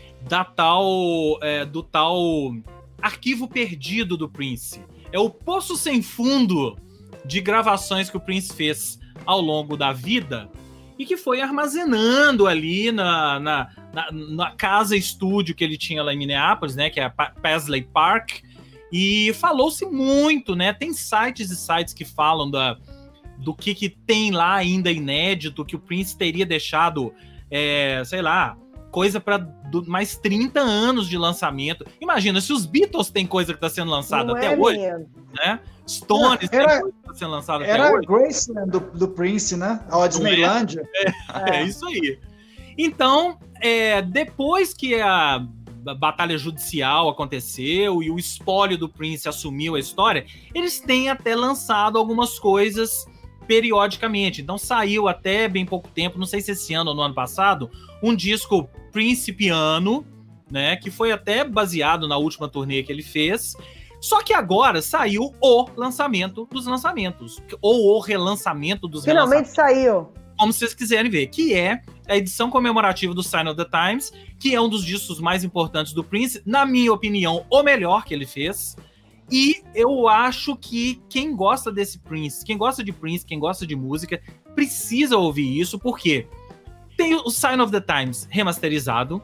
do tal arquivo perdido do Prince. É o poço sem fundo de gravações que o Prince fez ao longo da vida e que foi armazenando ali na casa estúdio que ele tinha lá em Minneapolis, né, que é a Paisley Park, e falou-se muito, né, tem sites e sites que falam do que tem lá ainda inédito, que o Prince teria deixado, sei lá, coisa para mais 30 anos de lançamento. Imagina, se os Beatles têm coisa que está sendo lançada até hoje, né? Stones tem coisa que está sendo lançada até hoje. Era Graceland do Prince, né? A Disneylândia. É isso aí. Então, depois que a batalha judicial aconteceu e o espólio do Prince assumiu a história, eles têm até lançado algumas coisas periodicamente. Então saiu até bem pouco tempo, não sei se esse ano ou no ano passado, um disco Prince Piano, né, que foi até baseado na última turnê que ele fez. Só que agora saiu o lançamento dos lançamentos, ou o relançamento dos Finalmente saiu. Como vocês quiserem ver, que é a edição comemorativa do Sign of the Times, que é um dos discos mais importantes do Prince, na minha opinião, o melhor que ele fez. E eu acho que quem gosta desse Prince, quem gosta de música, precisa ouvir isso, porque tem o Sign of the Times remasterizado,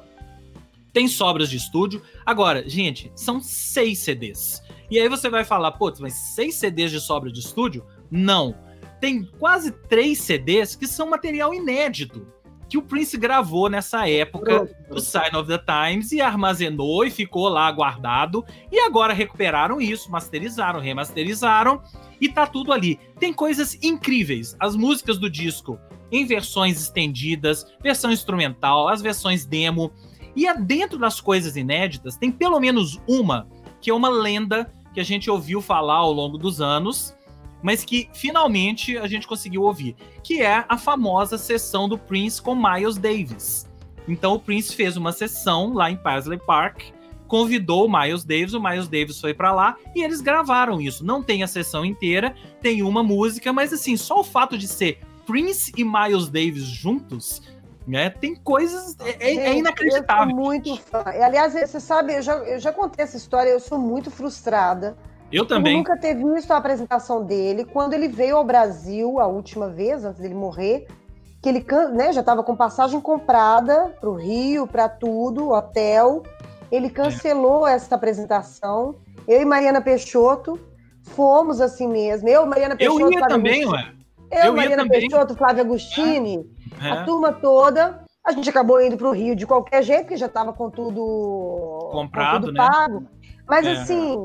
tem sobras de estúdio. Agora, gente, são 6 CDs. E aí você vai falar, putz, mas 6 CDs de sobra de estúdio? Não. Tem quase 3 CDs que são material inédito, que o Prince gravou nessa época do Sign of the Times e armazenou e ficou lá guardado, e agora recuperaram isso, remasterizaram e tá tudo ali. Tem coisas incríveis, as músicas do disco em versões estendidas, versão instrumental, as versões demo, e dentro das coisas inéditas tem pelo menos uma que é uma lenda que a gente ouviu falar ao longo dos anos, mas que finalmente a gente conseguiu ouvir, que é a famosa sessão do Prince com Miles Davis. Então o Prince fez uma sessão lá em Paisley Park, convidou o Miles Davis foi pra lá e eles gravaram isso. Não tem a sessão inteira, tem uma música, mas assim, só o fato de ser Prince e Miles Davis juntos, né, tem coisas, é inacreditável. Eu sou muito fã. Aliás, você sabe, eu já contei essa história, eu sou muito frustrada. Eu também. Eu nunca ter visto a apresentação dele. Quando ele veio ao Brasil a última vez, antes dele morrer, que ele, né, já estava com passagem comprada para o Rio, para tudo, hotel. Ele cancelou essa apresentação. Eu e Mariana Peixoto fomos assim mesmo. Eu, Mariana Peixoto, eu ia também, ué. Mariana Peixoto, Flávia Agostini, a turma toda. A gente acabou indo para o Rio de qualquer jeito, porque já estava com tudo comprado, com tudo pago. Mas assim...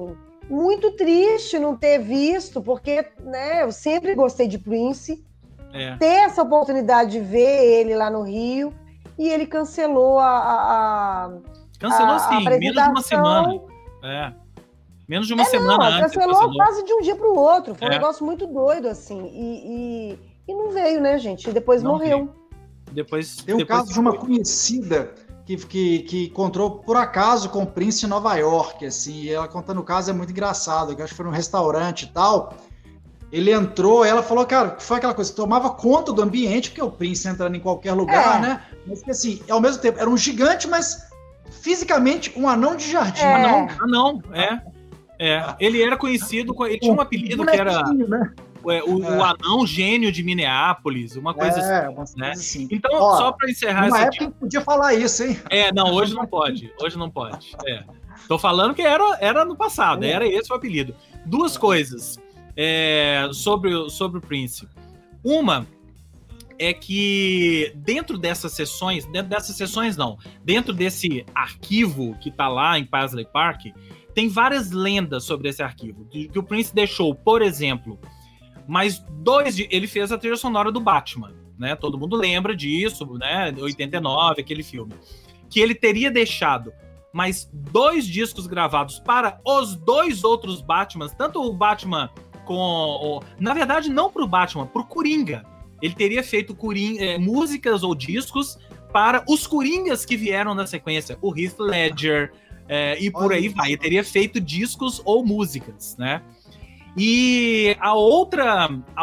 muito triste não ter visto, porque, né, eu sempre gostei de Prince. Ter essa oportunidade de ver ele lá no Rio, e ele cancelou Cancelou sim, menos de uma semana. Menos de uma semana antes. Cancelou quase de um dia para o outro. Foi um negócio muito doido, assim. E não veio, né, gente? E depois morreu. Tem um caso de uma conhecida que encontrou por acaso com o Prince em Nova York, assim, e ela contando o caso é muito engraçado, que acho que foi num restaurante e tal. Ele entrou, ela falou, cara, foi aquela coisa, tomava conta do ambiente, porque o Prince entrando em qualquer lugar, né? Mas que assim, ao mesmo tempo, era um gigante, mas fisicamente um anão de jardim. Anão. Ele era conhecido, ele tinha um apelido que era o anão gênio de Minneapolis, uma coisa assim. Então, só para encerrar essa época não podia falar isso, hein? Não, hoje não pode. Tô falando que era no passado, era esse o apelido. Duas coisas sobre o Prince. Uma é que dentro dessas sessões não, dentro desse arquivo que tá lá em Paisley Park, tem várias lendas sobre esse arquivo, que o Prince deixou, por exemplo, mais ele fez a trilha sonora do Batman, né? Todo mundo lembra disso, né? 89, aquele filme. Que ele teria deixado mais 2 discos gravados para os 2 outros Batmans, tanto o Batman na verdade, não pro Batman, pro Coringa. Ele teria feito músicas ou discos para os Coringas que vieram na sequência, o Heath Ledger, e por aí vai. Ele teria feito discos ou músicas, né? E a outra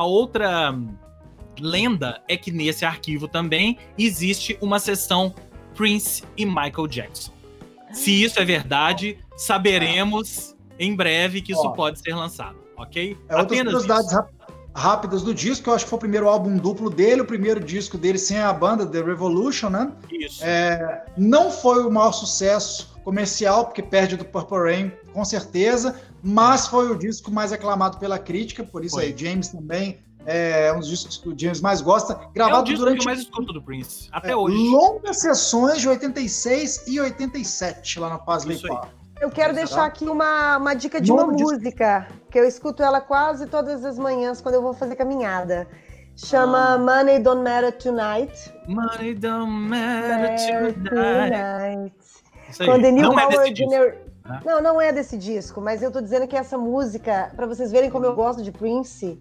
lenda é que nesse arquivo também existe uma sessão Prince e Michael Jackson. Se isso é verdade, saberemos em breve que isso pode ser lançado, ok? Outras curiosidades rápidas do disco, eu acho que foi o primeiro álbum duplo dele, o primeiro disco dele sem a banda, The Revolution, né? Isso. Não foi o maior sucesso comercial, porque perde do Purple Rain, com certeza, mas foi o disco mais aclamado pela crítica, por isso aí, James também, um dos discos que o James mais gosta, gravado o disco durante... que eu mais escuto do Prince, até hoje. Longas sessões de 86 e 87, lá na Paisley Park. Eu quero deixar aqui uma dica de uma música, que eu escuto ela quase todas as manhãs quando eu vou fazer caminhada. Chama Money Don't Matter Tonight. Money Don't Matter Tonight. Quando The New Power Generation... Não é desse disco, mas eu tô dizendo que essa música, para vocês verem como eu gosto de Prince,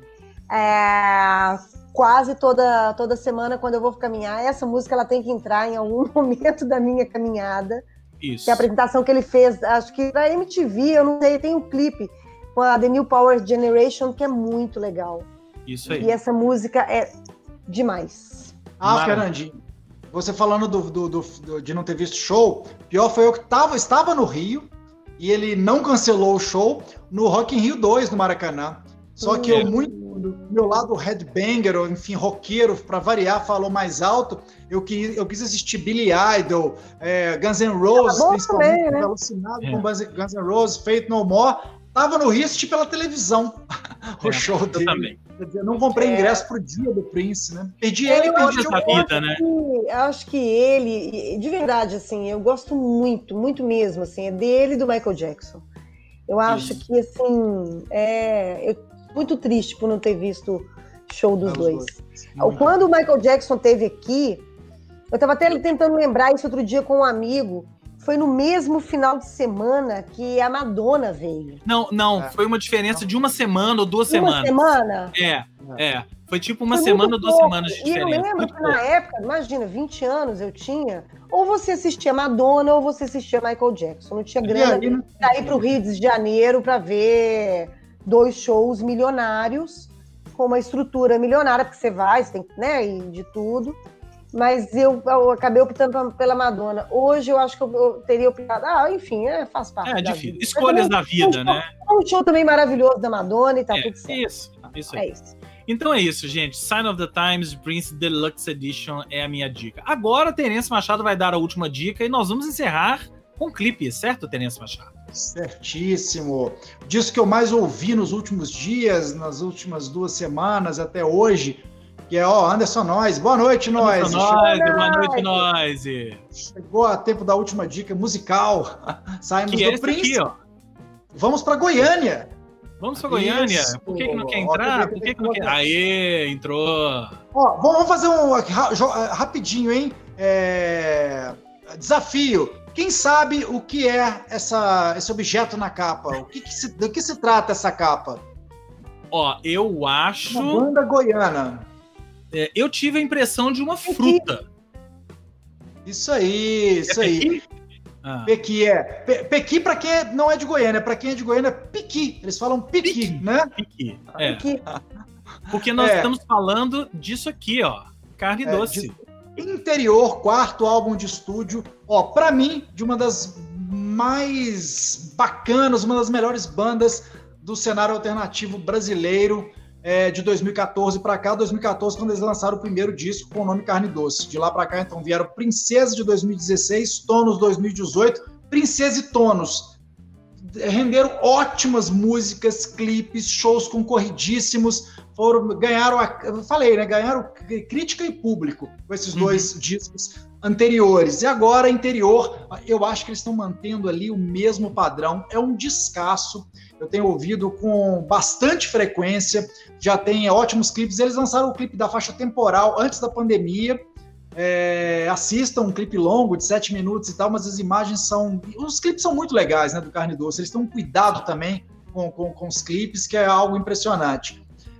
quase toda semana quando eu vou caminhar, essa música ela tem que entrar em algum momento da minha caminhada. Isso. Que é a apresentação que ele fez, acho que pra MTV, eu não sei, tem um clipe com a The New Power Generation que é muito legal. Isso aí. E essa música é demais. Fernandinho, você falando de não ter visto show, pior foi eu que estava no Rio e ele não cancelou o show no Rock in Rio 2 no Maracanã. Só que eu muito do meu lado headbanger, ou enfim, roqueiro, para variar, falou mais alto, eu quis assistir Billy Idol, Guns N' Roses, principalmente, também, né? Alucinado com Guns N' Roses, Faith No More. Tava no Rio, assisti pela televisão o show dele. Também. Quer dizer, eu não comprei ingresso pro dia do Prince, né? Perdi ele e perdi essa vida, né? Eu acho que ele, de verdade, assim, eu gosto muito, muito mesmo, assim, é dele e do Michael Jackson. Eu acho que, assim, muito triste por não ter visto show dos dois. Quando o Michael Jackson esteve aqui, eu estava até tentando lembrar isso outro dia com um amigo, foi no mesmo final de semana que a Madonna veio. Não, foi uma diferença de uma semana ou 2 semanas. Uma semana? Foi tipo uma semana ou 2 semanas de diferença. E eu lembro que na época, imagina, 20 anos eu tinha, ou você assistia Madonna ou você assistia Michael Jackson. Não tinha grana pra ir pro Rio de Janeiro para ver 2 shows milionários, com uma estrutura milionária, porque você vai, você tem, né, e de tudo. Mas eu acabei optando pela Madonna. Hoje eu acho que eu teria optado. Enfim, faz parte. É difícil. Escolhas da vida, né? Um show também maravilhoso da Madonna e tá tudo certo. Isso aí. Então é isso, gente. Sign of the Times, Prince Deluxe Edition é a minha dica. Agora, Terence Machado vai dar a última dica e nós vamos encerrar com clipe, certo, Terence Machado? Certíssimo. O disco que eu mais ouvi nos últimos dias, nas últimas 2 semanas até hoje, que é Anderson Noise. Boa noite, Noise. Boa noite, Noise. Chegou a tempo da última dica musical. Saímos do Prince. Aqui, ó. Vamos para Goiânia. Vamos pra Goiânia? Isso. Por que não quer entrar? Por que não quer? Aê, entrou. Ó, vamos fazer um rapidinho, hein? Desafio. Quem sabe o que é esse objeto na capa? Do que se trata essa capa? Ó, eu acho... Uma banda goiana. Eu tive a impressão de uma fruta. Isso aí. Pequi? Pequi, Pequi pra quem não é de Goiânia. Pra quem é de Goiânia, piqui. Eles falam piqui, né? Piqui, Piqui. Porque nós estamos falando disso aqui, ó. Carne doce. Interior, quarto álbum de estúdio. Ó, pra mim, de uma das mais bacanas, uma das melhores bandas do cenário alternativo brasileiro, de 2014 para cá. 2014, quando eles lançaram o primeiro disco com o nome Carne Doce. De lá para cá, então, vieram Princesa de 2016, Tonos 2018, Princesa e Tonos. Renderam ótimas músicas, clipes, shows concorridíssimos. Ganharam crítica e público com esses dois discos anteriores. E agora, Interior, eu acho que eles estão mantendo ali o mesmo padrão. É um descasso. Eu tenho ouvido com bastante frequência, já tem ótimos clipes. Eles lançaram o clipe da faixa Temporal antes da pandemia. Assistam um clipe longo de 7 minutos e tal, mas as imagens os clipes são muito legais, né, do Carne Doce. Eles têm um cuidado também com os clipes, que é algo impressionante.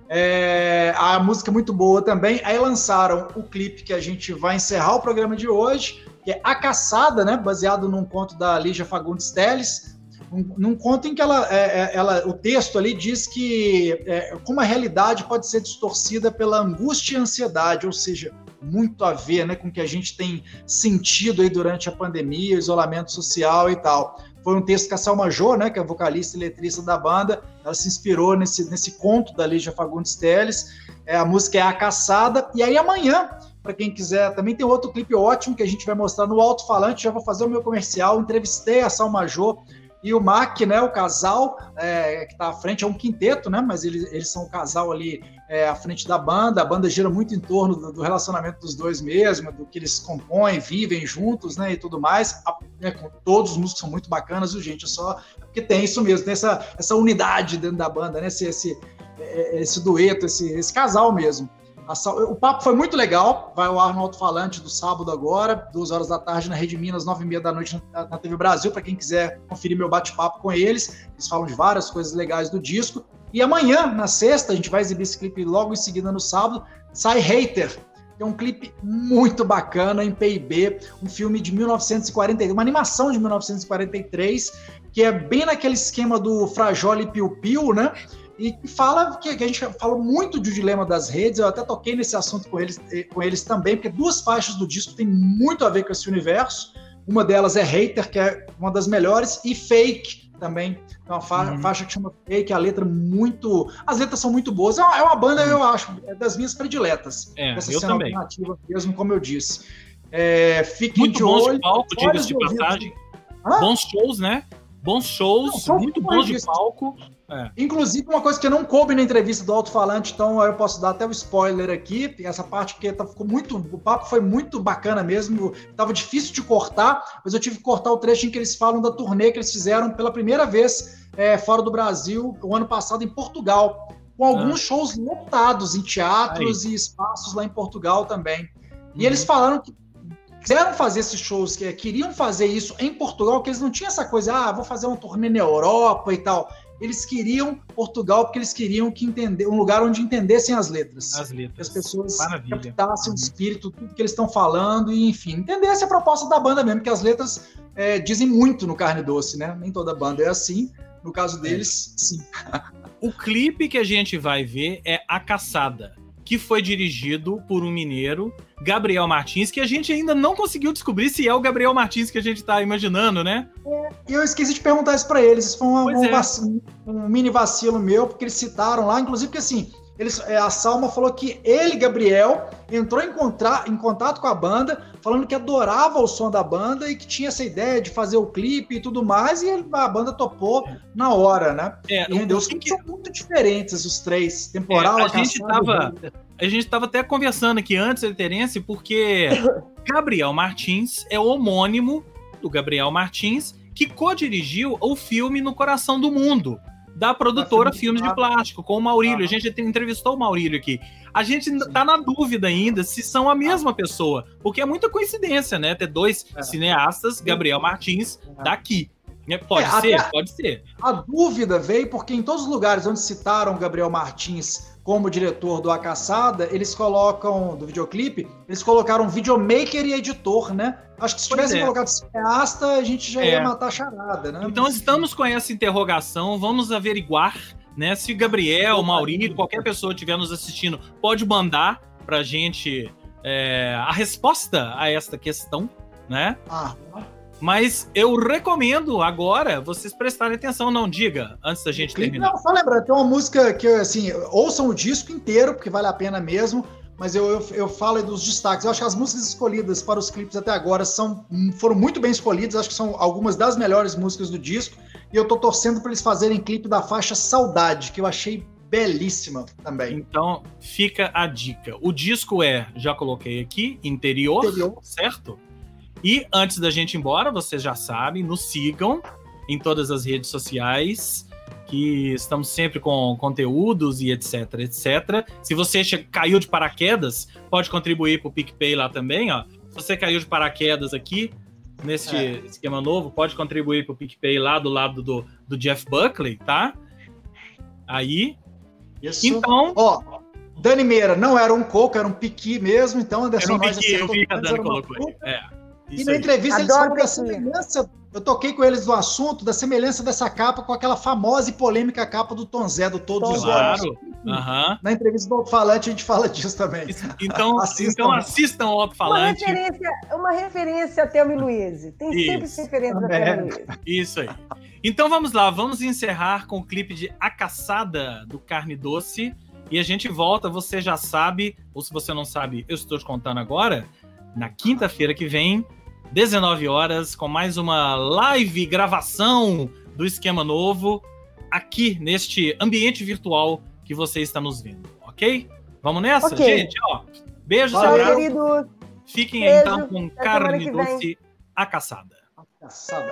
A música é muito boa também. Aí lançaram o clipe que a gente vai encerrar o programa de hoje, que é A Caçada, né, baseado num conto da Lígia Fagundes Telles, num conto em que o texto ali diz que como a realidade pode ser distorcida pela angústia e ansiedade, ou seja, muito a ver, né, com o que a gente tem sentido aí durante a pandemia, o isolamento social e tal. Foi um texto que a Selma Jô, né, que é vocalista e letrista da banda, ela se inspirou nesse conto da Lígia Fagundes Telles. A música é A Caçada. E aí amanhã, para quem quiser, também tem outro clipe ótimo que a gente vai mostrar no alto-falante. Já vou fazer o meu comercial. Entrevistei a Selma Jô e o Mac, né, o casal que está à frente, é um quinteto, né, mas eles são o casal ali à frente da banda. A banda gira muito em torno do relacionamento dos dois mesmo, do que eles compõem, vivem juntos, né, e tudo mais. Todos os músicos são muito bacanas, viu, gente? Porque tem isso mesmo, tem essa unidade dentro da banda, né, esse dueto, esse casal mesmo. O papo foi muito legal, vai ao ar no alto-falante do sábado agora, 2h da tarde na Rede Minas, 9h30 da noite na TV Brasil, para quem quiser conferir meu bate-papo com eles. Eles falam de várias coisas legais do disco. E amanhã, na sexta, a gente vai exibir esse clipe logo em seguida no sábado, sai Hater, que é um clipe muito bacana em PIB, um filme de 1943, uma animação de 1943, que é bem naquele esquema do Frajoli Piu Piu, né? E que fala que a gente falou muito do dilema das redes. Eu até toquei nesse assunto com eles também, porque 2 faixas do disco têm muito a ver com esse universo. Uma delas é Hater, que é uma das melhores, e Fake também. É uma faixa que chama Fake, as letras são muito boas. É uma banda, eu acho, das minhas prediletas. Dessa cena também. Alternativa mesmo, como eu disse. Fiquem muito de bons olho. De palco, diga-se de passagem. Bons shows, né? Bons shows, muito bons de palco. Inclusive, uma coisa que não coube na entrevista do alto-falante, então eu posso dar até o spoiler aqui, essa parte que o papo foi muito bacana mesmo, estava difícil de cortar, mas eu tive que cortar o trecho em que eles falam da turnê que eles fizeram pela primeira vez fora do Brasil, o ano passado em Portugal, com alguns shows lotados em teatros e espaços lá em Portugal também. E eles falaram que quiseram fazer esses shows, que queriam fazer isso em Portugal, que eles não tinham essa coisa, vou fazer uma turnê na Europa e tal. Eles queriam Portugal porque eles queriam um lugar onde entendessem as letras. Que as pessoas captassem o espírito, tudo que eles estão falando e, enfim, entendessem a proposta da banda mesmo, porque as letras dizem muito no Carne Doce, né? Nem toda banda é assim. No caso deles, sim. O clipe que a gente vai ver é A Caçada, que foi dirigido por um mineiro, Gabriel Martins, que a gente ainda não conseguiu descobrir se é o Gabriel Martins que a gente tá imaginando, né? E eu esqueci de perguntar isso pra eles. Isso foi um mini vacilo meu, porque eles citaram lá, inclusive porque assim, a Salma falou que ele, Gabriel, entrou em contato com a banda, falando que adorava o som da banda e que tinha essa ideia de fazer o clipe e tudo mais, e a banda topou na hora, né? E rendeu. Os clipes são muito diferentes, os 3. Temporal, a gente tava até conversando aqui antes, Terence, porque Gabriel Martins é o homônimo do Gabriel Martins, que co-dirigiu o filme No Coração do Mundo, da produtora Filmes de Plástico, com o Maurílio. A gente entrevistou o Maurílio aqui. A gente tá na dúvida ainda se são a mesma pessoa, porque é muita coincidência, né? Ter dois cineastas, Gabriel Martins, daqui. Pode ser. A dúvida veio porque em todos os lugares onde citaram Gabriel Martins como diretor do A Caçada, eles colocam, do videoclipe, eles colocaram videomaker e editor, né? Acho que se tivessem colocado cineasta, a gente já ia matar a charada, né? Então estamos com essa interrogação, vamos averiguar, né? Se Gabriel, Maurílio, qualquer pessoa estiver nos assistindo, pode mandar pra gente a resposta a esta questão, né? Mas eu recomendo agora vocês prestarem atenção, não diga, antes da gente terminar. Não, só lembrando, tem uma música que, assim, ouçam o disco inteiro, porque vale a pena mesmo, mas eu falo dos destaques. Eu acho que as músicas escolhidas para os clipes até agora foram muito bem escolhidas, acho que são algumas das melhores músicas do disco, e eu tô torcendo para eles fazerem clipe da faixa Saudade, que eu achei belíssima também. Então, fica a dica. O disco já coloquei aqui, interior. Certo? E antes da gente ir embora, vocês já sabem, nos sigam em todas as redes sociais, que estamos sempre com conteúdos e etc, etc. Se você caiu de paraquedas, pode contribuir para o PicPay lá também, ó. Se você caiu de paraquedas aqui, nesse esquema novo, pode contribuir para o PicPay lá do lado do Jeff Buckley, tá? Aí. Isso. Então. Ó, Dani Meira não era um coco, era um piqui mesmo, então Anderson Nós eu vi que a Dani colocou aí. E na entrevista eles falam da semelhança, eu toquei com eles no assunto, da semelhança dessa capa com aquela famosa e polêmica capa do Tom Zé, do Todos os Olhos. Na entrevista do Alto-Falante a gente fala disso também. Então assistam o Alto-Falante. Uma referência a Thelma e Luiz. Tem sempre referência a Thelma e Luiz. Isso aí. Então vamos lá, vamos encerrar com o clipe de A Caçada, do Carne Doce. E a gente volta, você já sabe, ou se você não sabe, eu estou te contando agora, na quinta-feira que vem, 19 horas, com mais uma live gravação do Esquema Novo, aqui neste ambiente virtual que você está nos vendo, ok? Vamos nessa, gente? Ó, beijo, querido. Fiquem então com Carne Doce, A Caçada. A Caçada.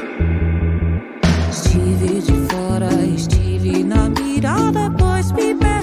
Estive de fora, estive na mirada, pois me